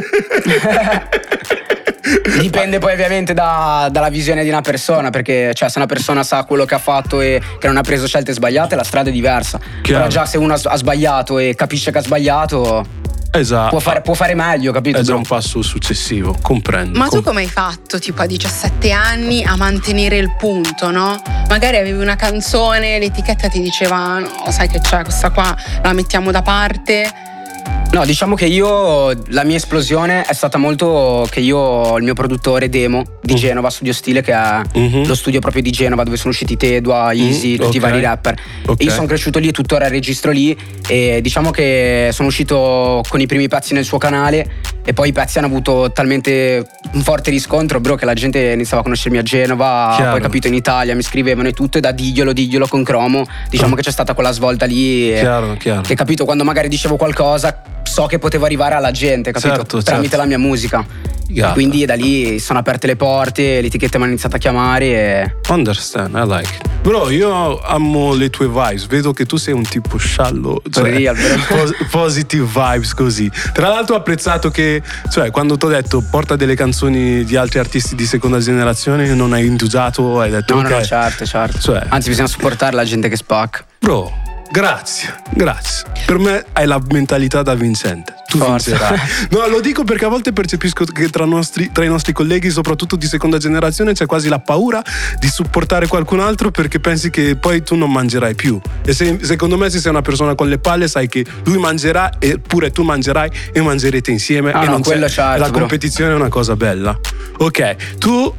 Dipende poi ovviamente dalla visione di una persona, perché cioè se una persona sa quello che ha fatto e che non ha preso scelte sbagliate, la strada è diversa. Chiaro. Però già se uno ha sbagliato e capisce che ha sbagliato, esatto, può fare meglio, capito? È già un passo successivo, comprendo. Ma tu come hai fatto, tipo a 17 anni, a mantenere il punto, no? Magari avevi una canzone, l'etichetta ti diceva no, sai che c'è, questa qua la mettiamo da parte. No, diciamo che la mia esplosione è stata molto che io ho il mio produttore Demo di Genova, Studio Stile, che è lo studio proprio di Genova dove sono usciti Tedua, Easy, tutti i vari rapper. E io sono cresciuto lì e tuttora registro lì, e diciamo che sono uscito con i primi pezzi nel suo canale e poi i pezzi hanno avuto talmente un forte riscontro, bro, che la gente iniziava a conoscermi a Genova. Chiaro. Poi capito in Italia mi scrivevano e tutto, e da Digliolo con Cromo diciamo che c'è stata quella svolta lì. Chiaro. Che capito, quando magari dicevo qualcosa so che potevo arrivare alla gente, capito? Tramite la mia musica. Figata. Quindi da lì sono aperte le porte, le etichette mi hanno iniziato a chiamare e... Understand, I like it. Bro, io amo le tue vibes, vedo che tu sei un tipo sciallo, cioè, Real, positive vibes così. Tra l'altro ho apprezzato che, cioè, quando ti ho detto porta delle canzoni di altri artisti di seconda generazione, non hai indugiato, hai detto No, certo. Cioè, anzi bisogna supportare la gente che spacca. Bro, grazie. Per me hai la mentalità da vincente. Tu vincerai. No, lo dico perché a volte percepisco che tra i nostri colleghi, soprattutto di seconda generazione, c'è quasi la paura di supportare qualcun altro perché pensi che poi tu non mangerai più. E secondo me se sei una persona con le palle sai che lui mangerà e pure tu mangerai e mangerete insieme. E non quello certo, la competizione è una cosa bella. Ok, tu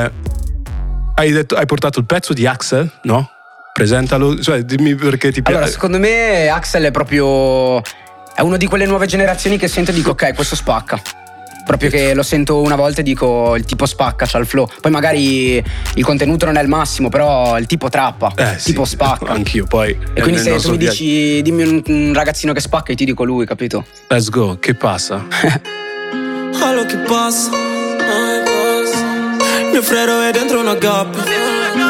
hai portato il pezzo di Axel, no? Presentalo, cioè dimmi perché ti piace. Allora, secondo me Axel è proprio... è uno di quelle nuove generazioni che sento e dico ok, questo spacca. Proprio che lo sento una volta e dico il tipo spacca, c'ha il flow. Poi magari il contenuto non è il massimo, però il tipo trappa, il tipo spacca. Anch'io poi. E quindi se tu mi dici dimmi un ragazzino che spacca, io ti dico lui, capito? Let's go, che passa? Allo che passa? Mio frero è dentro una gabbia.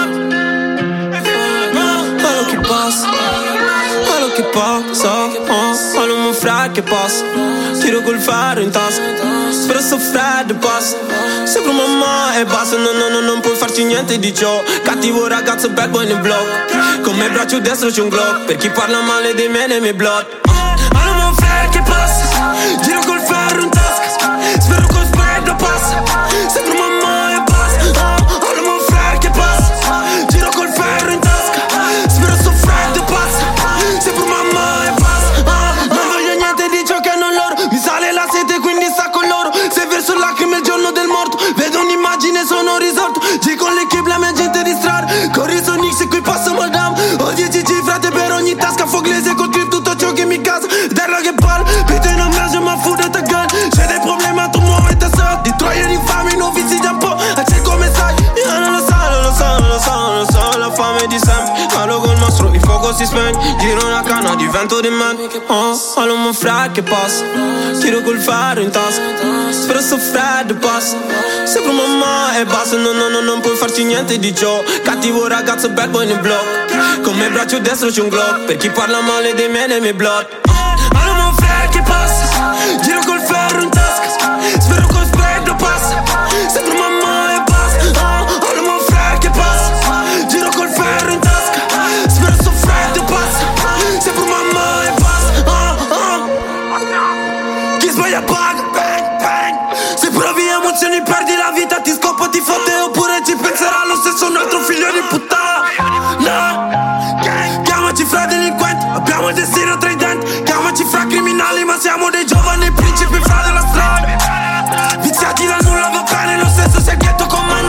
Allo che passa? Allo che passa? Allo mio frère che passa? Tiro col ferro in tasca. Spero sto freddo passa. Sembra mamma e basta. Non puoi farci niente di ciò. Cattivo ragazzo bad boy nel blog. Con me braccio destro c'è un glock. Per chi parla male di me nei miei blood. Allo mio frère che passa. Giro col ferro in tasca. Spero col freddo passa. Sembra mamma e basta. Allo mio frère che passa. Giro col ferro in tasca. Spero sto freddo passa. Sembra mamma e basta. Non voglio niente di ciò che hanno loro. Mi sale la sete quindi sta con loro. Se verso lacrime il giorno del morto. Vedo un'immagine sono risolto. G con l'equipe la mia gente di strada. Corri su Nix e qui passo Madame. Ho 10 cifrate per ogni tasca. Foglese col clip tutto ciò che mi casa. Terra che parla. Pito in ambiance ma fu de ta gun. C'è dei problemi a tu muove te so. Di troieri infami non vizi già un po'. A c'è come sai. Io non lo so. La fame di sempre. Allo col mostro il fuoco si spegne. Giro una canna divento di man. Allo mio frère che passa. Tiro col ferro in tasca. Spero sto freddo passa. Sembra mamma e basta. Non puoi farci niente di ciò. Cattivo ragazzo bad boy nel blog. Con me braccio destro c'è un glock. Per chi parla male di me nei miei blood. Allo mio frère che passa. Giro col ferro in tasca. Spero col freddo passa. Sembra mamma e basta. Allo mio frère che passa. Giro col ferro in tasca. Spero sto freddo passa. Sembra mamma e basta. Chi sbaglia paga. Se provi emozioni perdi la vita. Ti scopo ti fotte oppure ci penserà lo stesso un altro figlio di puttana. No. Chiamaci fra delinquenti. Abbiamo il destino tra i denti. Chiamaci fra criminali ma siamo dei giovani principi fra della strada. Viziati da nulla va bene lo stesso se il ghetto comanda.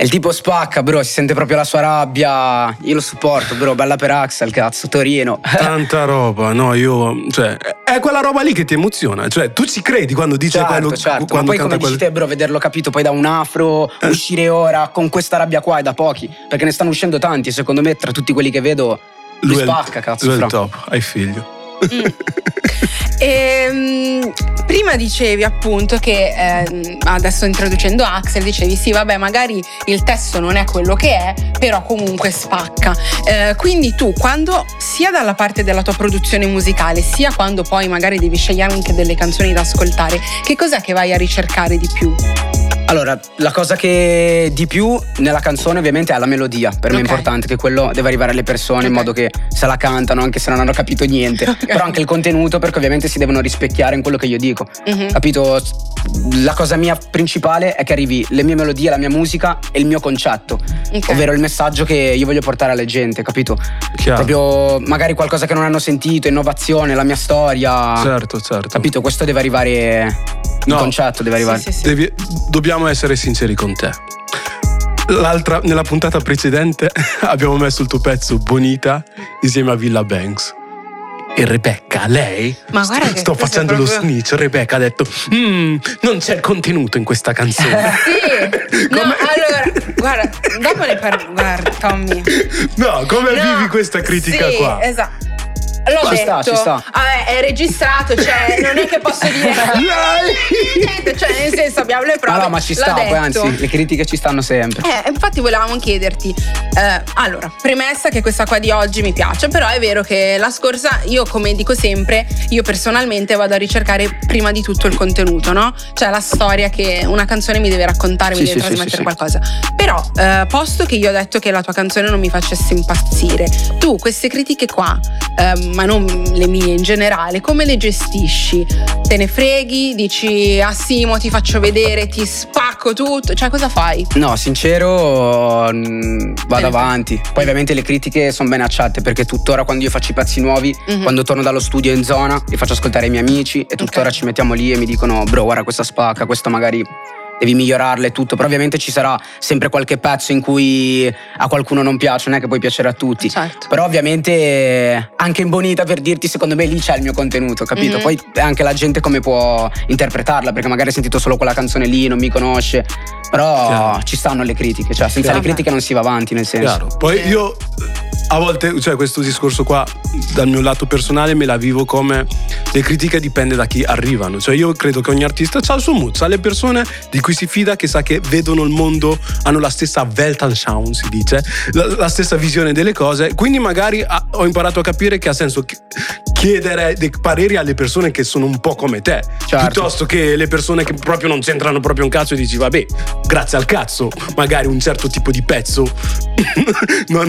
tipo spacca, bro, si sente proprio la sua rabbia. Io lo supporto, bro, bella per Axel, cazzo, Torino. Tanta roba, no, cioè, è quella roba lì che ti emoziona. Cioè, tu ci credi quando dice quello. Certo, quando ma poi come dici te, bro, vederlo capito poi da un afro, uscire ora con questa rabbia qua è da pochi. Perché ne stanno uscendo tanti e secondo me tra tutti quelli che vedo lui spacca, cazzo. Lui è il top, hai figlio. Prima dicevi appunto che adesso introducendo Axel dicevi sì vabbè magari il testo non è quello che è però comunque spacca, quindi tu quando sia dalla parte della tua produzione musicale sia quando poi magari devi scegliere anche delle canzoni da ascoltare, che cos'è che vai a ricercare di più? Allora, la cosa che di più nella canzone ovviamente è la melodia. Per me è importante che quello deve arrivare alle persone in modo che se la cantano anche se non hanno capito niente. Però anche il contenuto, perché ovviamente si devono rispecchiare in quello che io dico. Capito? La cosa mia principale è che arrivi le mie melodie, la mia musica e il mio concetto, ovvero il messaggio che io voglio portare alla gente, capito? Chiaro. Proprio magari qualcosa che non hanno sentito, innovazione, la mia storia. Certo. Capito? Questo deve arrivare. Il concetto deve arrivare. Sì. Dobbiamo essere sinceri con te. Nella puntata precedente abbiamo messo il tuo pezzo Bonita insieme a Villa Banks. E Rebecca, lei, ma guarda che sto facendo proprio... lo snitch, Rebecca ha detto non c'è il contenuto in questa canzone. Sì, no, allora, guarda, dopo ne parlo, guarda Tommy. No, come vivi questa critica qua? Esatto. L'ho detto, ci sta. È registrato, cioè non è che posso dire niente, cioè nel senso abbiamo le prove. No, ma ci sta, poi anzi le critiche ci stanno sempre. Infatti volevamo chiederti, allora, premessa che questa qua di oggi mi piace, però è vero che la scorsa, io come dico sempre, io personalmente vado a ricercare prima di tutto il contenuto, no? Cioè la storia che una canzone mi deve raccontare, mi deve trasmettere qualcosa. Però, posto che io ho detto che la tua canzone non mi facesse impazzire, tu queste critiche qua, ma non le mie in generale, come le gestisci? Te ne freghi? Dici ah sì, mo ti faccio vedere, ti spacco tutto, cioè cosa fai? No, sincero vado avanti. Poi ovviamente le critiche sono ben accette, perché tuttora quando io faccio i pezzi nuovi, quando torno dallo studio in zona li faccio ascoltare ai miei amici e tuttora ci mettiamo lì e mi dicono bro guarda questa spacca, questo magari devi migliorarle e tutto. Però ovviamente ci sarà sempre qualche pezzo in cui a qualcuno non piace, non è che puoi piacere a tutti. Certo. Però ovviamente anche in Bonita, per dirti, secondo me lì c'è il mio contenuto, capito? Poi anche la gente come può interpretarla, perché magari ha sentito solo quella canzone lì, non mi conosce. Però ci stanno le critiche, cioè senza le critiche non si va avanti, nel senso. Chiaro. Poi io a volte, cioè questo discorso qua dal mio lato personale me la vivo come le critiche dipende da chi arrivano. Cioè io credo che ogni artista ha il suo mood, ha le persone di cui si fida, che sa che vedono il mondo, hanno la stessa Weltanschauung, si dice, la stessa visione delle cose. Quindi magari ho imparato a capire che ha senso chiedere dei pareri alle persone che sono un po' come te, piuttosto che le persone che proprio non c'entrano proprio un cazzo e dici vabbè, grazie al cazzo magari un certo tipo di pezzo non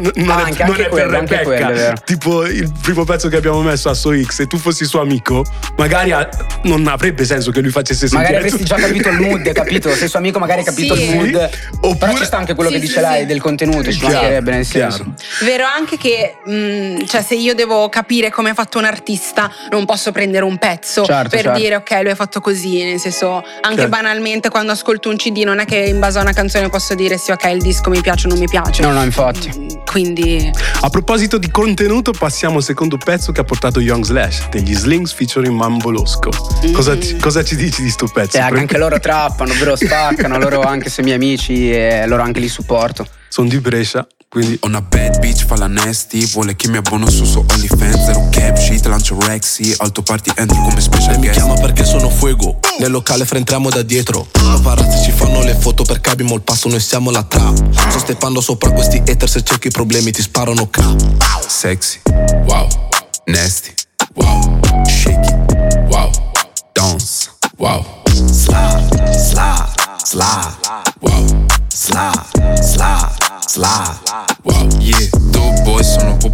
è per Rebecca. Tipo il primo pezzo che abbiamo messo a So X, se tu fossi suo amico magari non avrebbe senso che lui facesse sentire. Magari avresti già capito il mood, capito? Sei suo amico magari hai capito il mood. Oppure, però ci sta anche quello che dice lei del contenuto, ci mancherebbe, nel senso. Vero anche che cioè se io devo capire come ha fatto un artista non posso prendere un pezzo per dire ok lui ha fatto così, nel senso anche banalmente quando ascolto un CD non è che in base a una canzone posso dire sì ok il disco mi piace o non mi piace. No, infatti. Quindi a proposito di contenuto passiamo al secondo pezzo che ha portato Young Slash, degli Slings featuring Mambolosco. Cosa ci dici di sto pezzo? Anche loro trappano, bro, spaccano, loro anche se miei amici e loro anche li supporto. Sono di Brescia, quindi una bad bitch fa la nasty, vuole che mi abbono su OnlyFans, zero cap shit, lancio Rexy, alto party entro come special guest. Mi chiama perché sono fuego, nel locale entriamo da dietro. Paparazzi ci fanno le foto perché abbiamo il passo, noi siamo la trap. Sto steppando sopra questi hater, se cerchi problemi ti sparano Sexy, wow, nasty, wow, shaky, wow, dance, wow, slide, slide, slide, wow, slide, slide, slide, wow, yeah. Due boys sono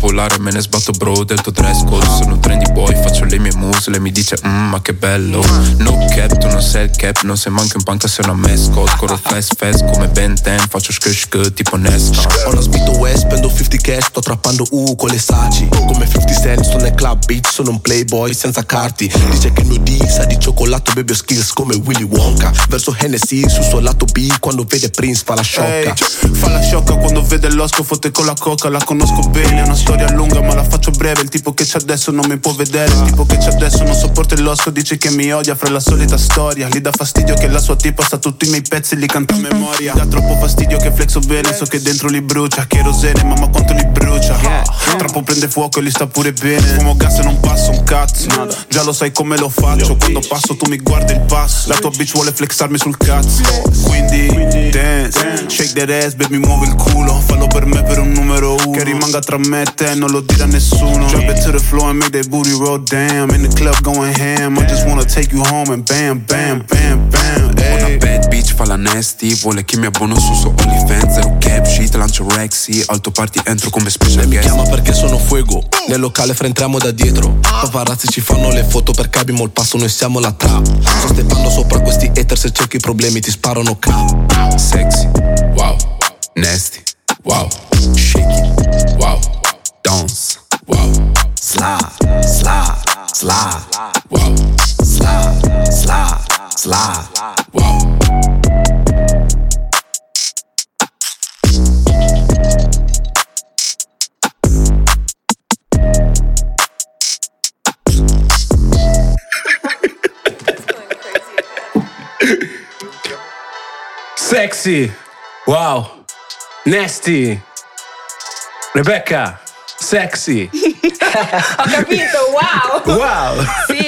popolare, me ne sbatto bro del tuo dress code. Sono trendy boy, faccio le mie moves, lei mi dice ma che bello. No cap, tu non sei il cap, non sei manco in panca, sei una mascot. Corro fast come Ben 10, faccio shk tipo Nesca. Ho una Speedo West, spendo 50 cash, sto trappando con le saci. Come 50 Cent, sto nel club bitch, sono un playboy senza carti. Dice che il mio D sa di cioccolato, bebe ho skills come Willy Wonka. Verso Hennessy, sul suo lato B, quando vede Prince fa la sciocca. Fa la sciocca quando vede l'osco, fotte con la coca, la conosco bene. È una storia lunga ma la faccio breve. Il tipo che c'è adesso non mi può vedere. Il tipo che c'è adesso non sopporta l'osco, dice che mi odia fra la solita storia. Gli dà fastidio che la sua tipa sa tutti i miei pezzi e li canta a memoria. Dà troppo fastidio che flexo bene, so che dentro li brucia. Cherosene, mamma quanto li brucia. Troppo prende fuoco e li sta pure bene. Fumo gas e non passo un cazzo. Già lo sai come lo faccio. Quando passo tu mi guardi il passo. La tua bitch vuole flexarmi sul cazzo. Quindi dance, shake that ass, baby muove il culo. Fallo per me per un numero uno. Che rimanga tra me e te, non lo dire a nessuno. Drop it to the floor and make that booty roll damn. In the club going ham, I just wanna take you home and bam, bam, bam, bam. Una bad bitch fa la nasty, vuole che mi abbono su OnlyFans. Zero cap shit, lancio Rexy, alto party entro come special guest. Mi chiama perché sono fuego, nel locale entriamo da dietro. Paparazzi ci fanno le foto perché abbiamo il passo, noi siamo la trap. Sto steppando sopra questi hater, se cerchi problemi ti sparano cap. Sexy, wow, nasty, wow, shaky, wow, dance, wow, slide, slide, slide, wow, slide, slide, slide, wow. Sexy, wow, nasty, Rebecca, sexy. Ho capito, wow. Wow.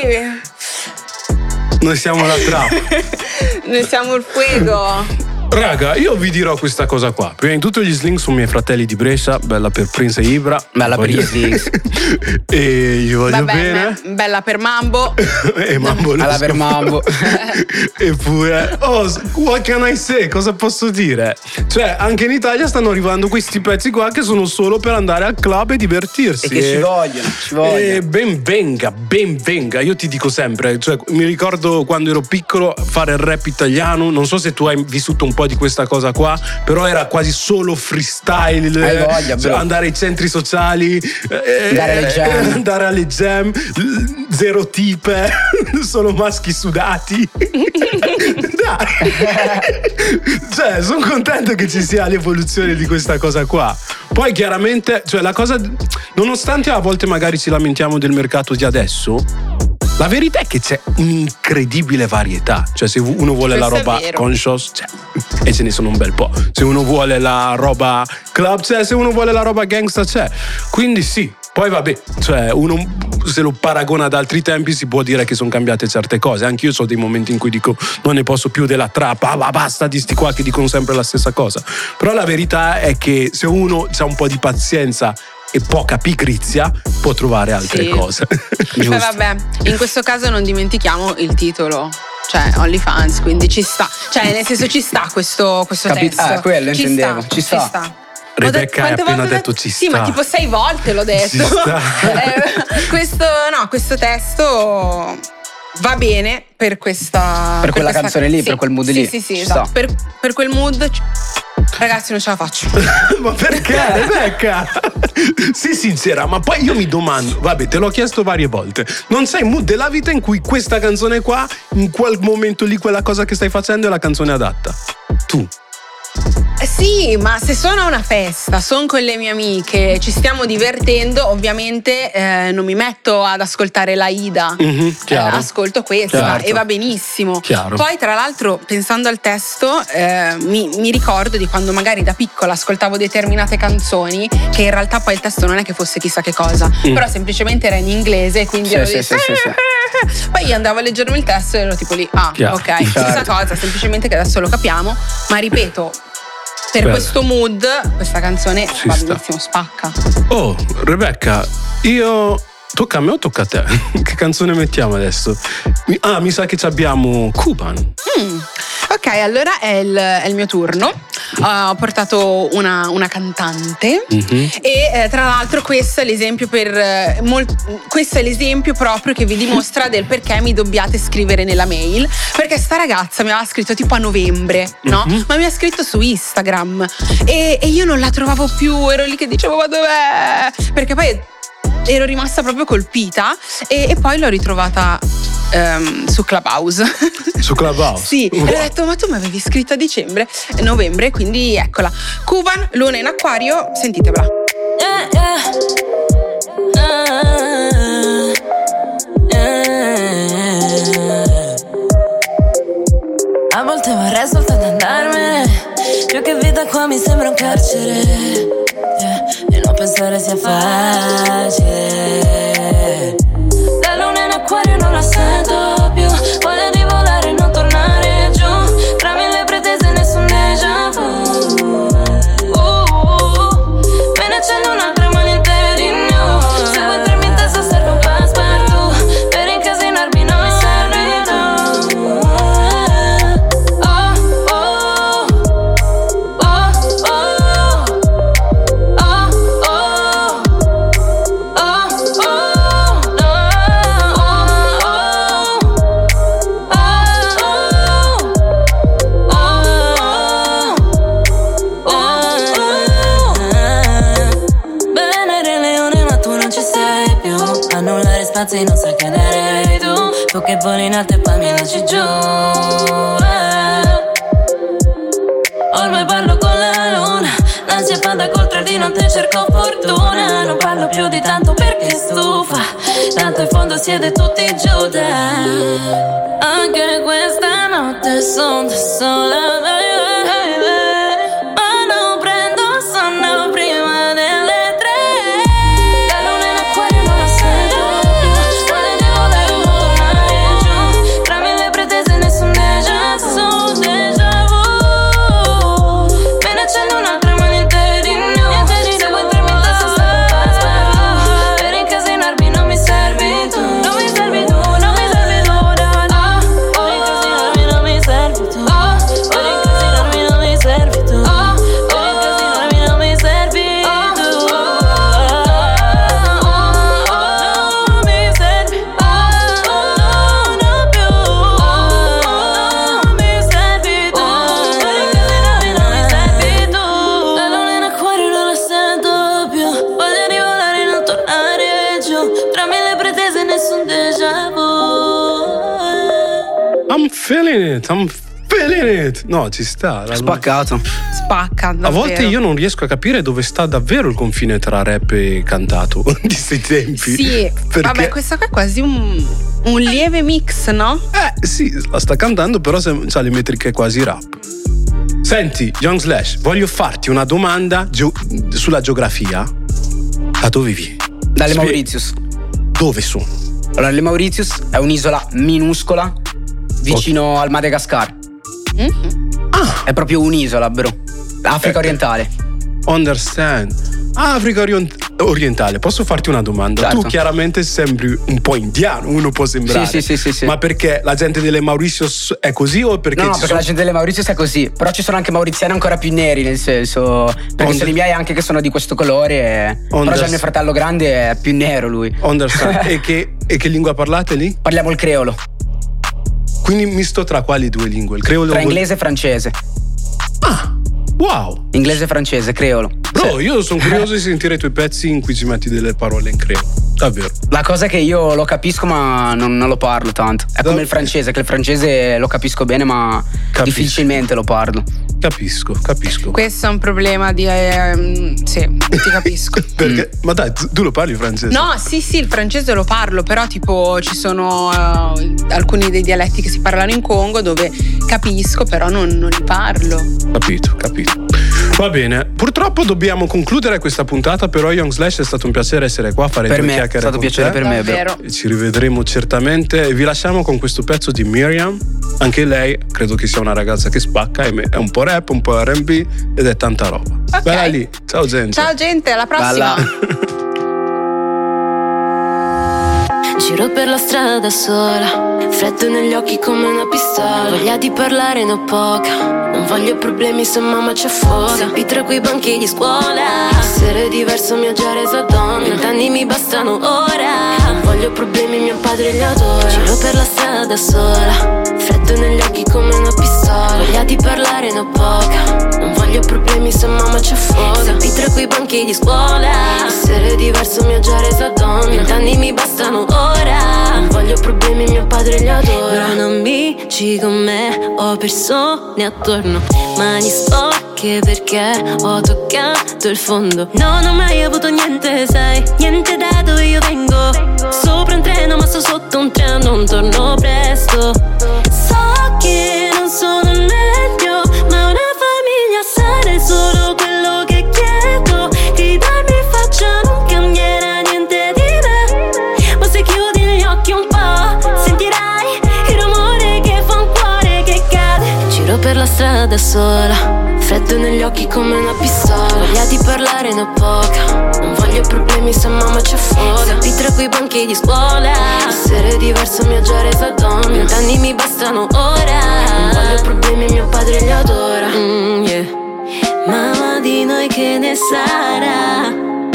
Sì. Noi siamo la trap. Noi siamo il fuego. Raga, io vi dirò questa cosa qua. Prima di tutto gli Slings sono miei fratelli di Brescia. Bella per Prince e Ibra. Bella per gli Slings. E gli voglio bene. Bella per Mambo. E Mambo lo Bella per Mambo. Eppure, what can I say? Cosa posso dire? Cioè, anche in Italia stanno arrivando questi pezzi qua che sono solo per andare al club e divertirsi. E che ci vogliono. E ben venga. Io ti dico sempre, cioè, mi ricordo quando ero piccolo fare il rap italiano. Non so se tu hai vissuto un po' di questa cosa qua, però era quasi solo freestyle. Andare ai centri sociali, andare alle jam, zero tipe, solo maschi sudati. Dai. Cioè, sono contento che ci sia l'evoluzione di questa cosa qua. Poi chiaramente, cioè, la cosa, nonostante a volte magari ci lamentiamo del mercato di adesso, la verità è che c'è un'incredibile varietà. Cioè, se uno vuole la roba conscious, c'è, e ce ne sono un bel po'. Se uno vuole la roba club, c'è. Se uno vuole la roba gangsta, c'è. Quindi sì. Poi vabbè, cioè, uno se lo paragona ad altri tempi si può dire che sono cambiate certe cose. Anche io ho dei momenti in cui dico non ne posso più della trap, basta di sti qua che dicono sempre la stessa cosa. Però la verità è che se uno ha un po' di pazienza e poca pigrizia può trovare altre cose. Poi vabbè, in questo caso non dimentichiamo il titolo, cioè OnlyFans, quindi ci sta, cioè nel senso ci sta questo testo. Quello intendevo, ci sta. Rebecca ha appena detto ci sta. Sì, ma tipo 6 volte l'ho detto. Questo testo va bene per questa, per quella canzone lì, sì, per quel mood lì. Sì, esatto. Per quel mood, ragazzi, non ce la faccio. Ma perché, Rebecca? Sii sincera, ma poi io mi domando, vabbè, te l'ho chiesto varie volte, non sei in mood della vita in cui questa canzone qua, in quel momento lì, quella cosa che stai facendo è la canzone adatta? Tu? Sì, ma se sono a una festa, sono con le mie amiche, ci stiamo divertendo, ovviamente non mi metto ad ascoltare la Ida, ascolto questa e va benissimo. Chiaro. Poi tra l'altro, pensando al testo, mi ricordo di quando magari da piccola ascoltavo determinate canzoni che in realtà poi il testo non è che fosse chissà che cosa, però semplicemente era in inglese, quindi ero lì. Poi andavo a leggermi il testo e ero tipo lì, ok, stessa cosa, semplicemente che adesso lo capiamo, ma ripeto, per questo mood questa canzone va benissimo, spacca. Oh, Rebecca, tocca a me o tocca a te? Che canzone mettiamo adesso? Mi sa che abbiamo Cuban. Ok, allora è il mio turno. Ho portato una cantante e tra l'altro questo è l'esempio questo è l'esempio proprio che vi dimostra del perché mi dobbiate scrivere nella mail, perché sta ragazza mi aveva scritto tipo a novembre, no? Ma mi ha scritto su Instagram e io non la trovavo più, ero lì che dicevo ma dov'è? Perché poi ero rimasta proprio colpita e poi l'ho ritrovata su Clubhouse. Su Clubhouse? Sì, e ho detto ma tu mi avevi scritto a novembre, quindi eccola. Cuban, luna in acquario, sentitela. A volte vorrei soltanto andarmene, più che vita qua mi sembra un carcere, e non pensare sia facile. La luna in acquario non la sento più, voglia di volare e non tornare giù, tra mille pretese nessun déjà vu. Me ne accendo un'altra ma niente di new. Se vuoi entrarmi in testa serve un passepartout, per incasinarmi non mi serve tu. Non sai che ne eri tu che voli in alto e poi mi lasci giù. Ormai parlo con la luna, l'ansia fa da col di notte cerco fortuna. Non parlo più di tanto perché stufa, tanto in fondo siete tutti giù da. Anche questa notte sono da sola, ma non prendo sonno prima delle 3. La luna in acquario non la sento, I'm feeling it. No, ci sta. Spaccato. Spacca, davvero. A volte io non riesco a capire dove sta davvero il confine tra rap e cantato di questi tempi. Sì, perché... vabbè, questa qua è quasi un lieve mix, no? Sì, la sta cantando, però ha le metriche quasi rap. Senti, Young Slash, voglio farti una domanda sulla geografia. Da dove vivi? Dalle Mauritius. Dove sono? Allora, le Mauritius è un'isola minuscola vicino al Madagascar. È proprio un'isola, bro. Africa orientale. Understand. Africa orientale. Posso farti una domanda? Certo. Tu chiaramente sembri un po' indiano, uno può sembrare. Sì. Ma perché la gente delle Mauritius è così o perché No, perché la gente delle Mauritius è così. Però ci sono anche mauriziani ancora più neri, nel senso, perché sono i miei anche che sono di questo colore. Però già il mio fratello grande è più nero lui. Understand. E che lingua parlate lì? Parliamo il creolo. Quindi misto tra quali due lingue? Il creolo tra inglese e francese. Wow. Inglese, francese, creolo. Bro, io sono curioso di sentire i tuoi pezzi in cui ci metti delle parole in creolo. Davvero. La cosa è che io lo capisco ma non lo parlo tanto. È come il francese, che il francese lo capisco bene ma difficilmente lo parlo. Capisco. Questo è un problema di... sì, ti capisco. Perché? Ma dai, tu lo parli il francese? No, sì, il francese lo parlo, però tipo ci sono alcuni dei dialetti che si parlano in Congo dove capisco, però non li parlo. Capito. Va bene, purtroppo dobbiamo concludere questa puntata, però Young Slash è stato un piacere essere qua a fare due chiacchiere. È stato un piacere per me, davvero. Ci rivedremo certamente e vi lasciamo con questo pezzo di Miriam. Anche lei credo che sia una ragazza che spacca, è un po' rap, un po' R&B ed è tanta roba. Okay. Bella lì, ciao gente, alla prossima. Giro per la strada da sola, freddo negli occhi come una pistola. Voglia di parlare ne ho poca, non voglio problemi se mamma ci affoga. Sappi tra quei banchi di scuola, essere diverso mi ha già reso donna. 20 anni mi bastano ora, non voglio problemi, mio padre li adora. Giro per la strada da sola, freddo negli occhi come una pistola. Voglia di parlare ne ho poca, non voglio problemi se mamma ci affoga. Sappi tra quei banchi di scuola, essere diverso mi ha già reso donna. 20 anni mi bastano ora, non voglio problemi, mio padre li adora. Non amici con me, ho persone attorno, mani sporche perché ho toccato il fondo. No, non ho mai avuto niente, sai, niente da dove io vengo. Sopra un treno ma sto sotto un treno, non torno presto. So che non sono il meglio, ma una famiglia sana è solo quello che chiedo. Gridarmi in faccia non cambierà niente di me, ma se chiudi gli occhi un po' sentirai il rumore che fa un cuore che cade. Giro per la strada sola, freddo negli occhi come una pistola. Voglia di parlare ne ho poca, non voglio problemi se mamma ci affoga. Sappi tra quei banchi di scuola, essere diverso mi ha già reso donna. 20 anni mi bastano ora, non voglio problemi, mio padre li adora. Yeah. Mamma di noi che ne sarà,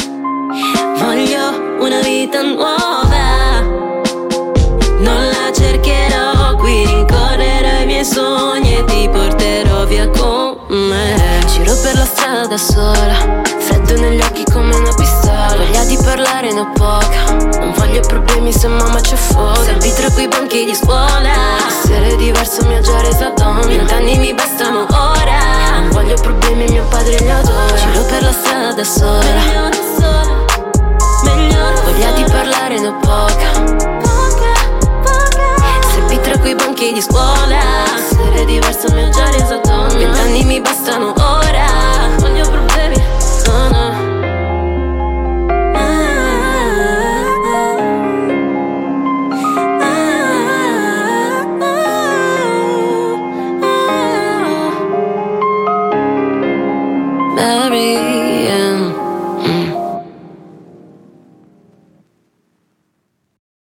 voglio una vita nuova, non la cercherò qui, rincorrerò i miei sogni e ti porterò via con me. Giro per la strada da sola, freddo negli occhi come una pistola. Voglia di parlare ne ho poca, non voglio problemi se mamma ci affoga. Sappi tra quei banchi di scuola, essere diverso mi ha già reso donna. 20 anni mi bastano ora, non voglio problemi, mio padre li adora. Giro per la strada da sola, voglia di parlare ne ho poca. Sappi tra quei banchi di scuola, essere diverso mi ha già reso donna. 20 anni mi bastano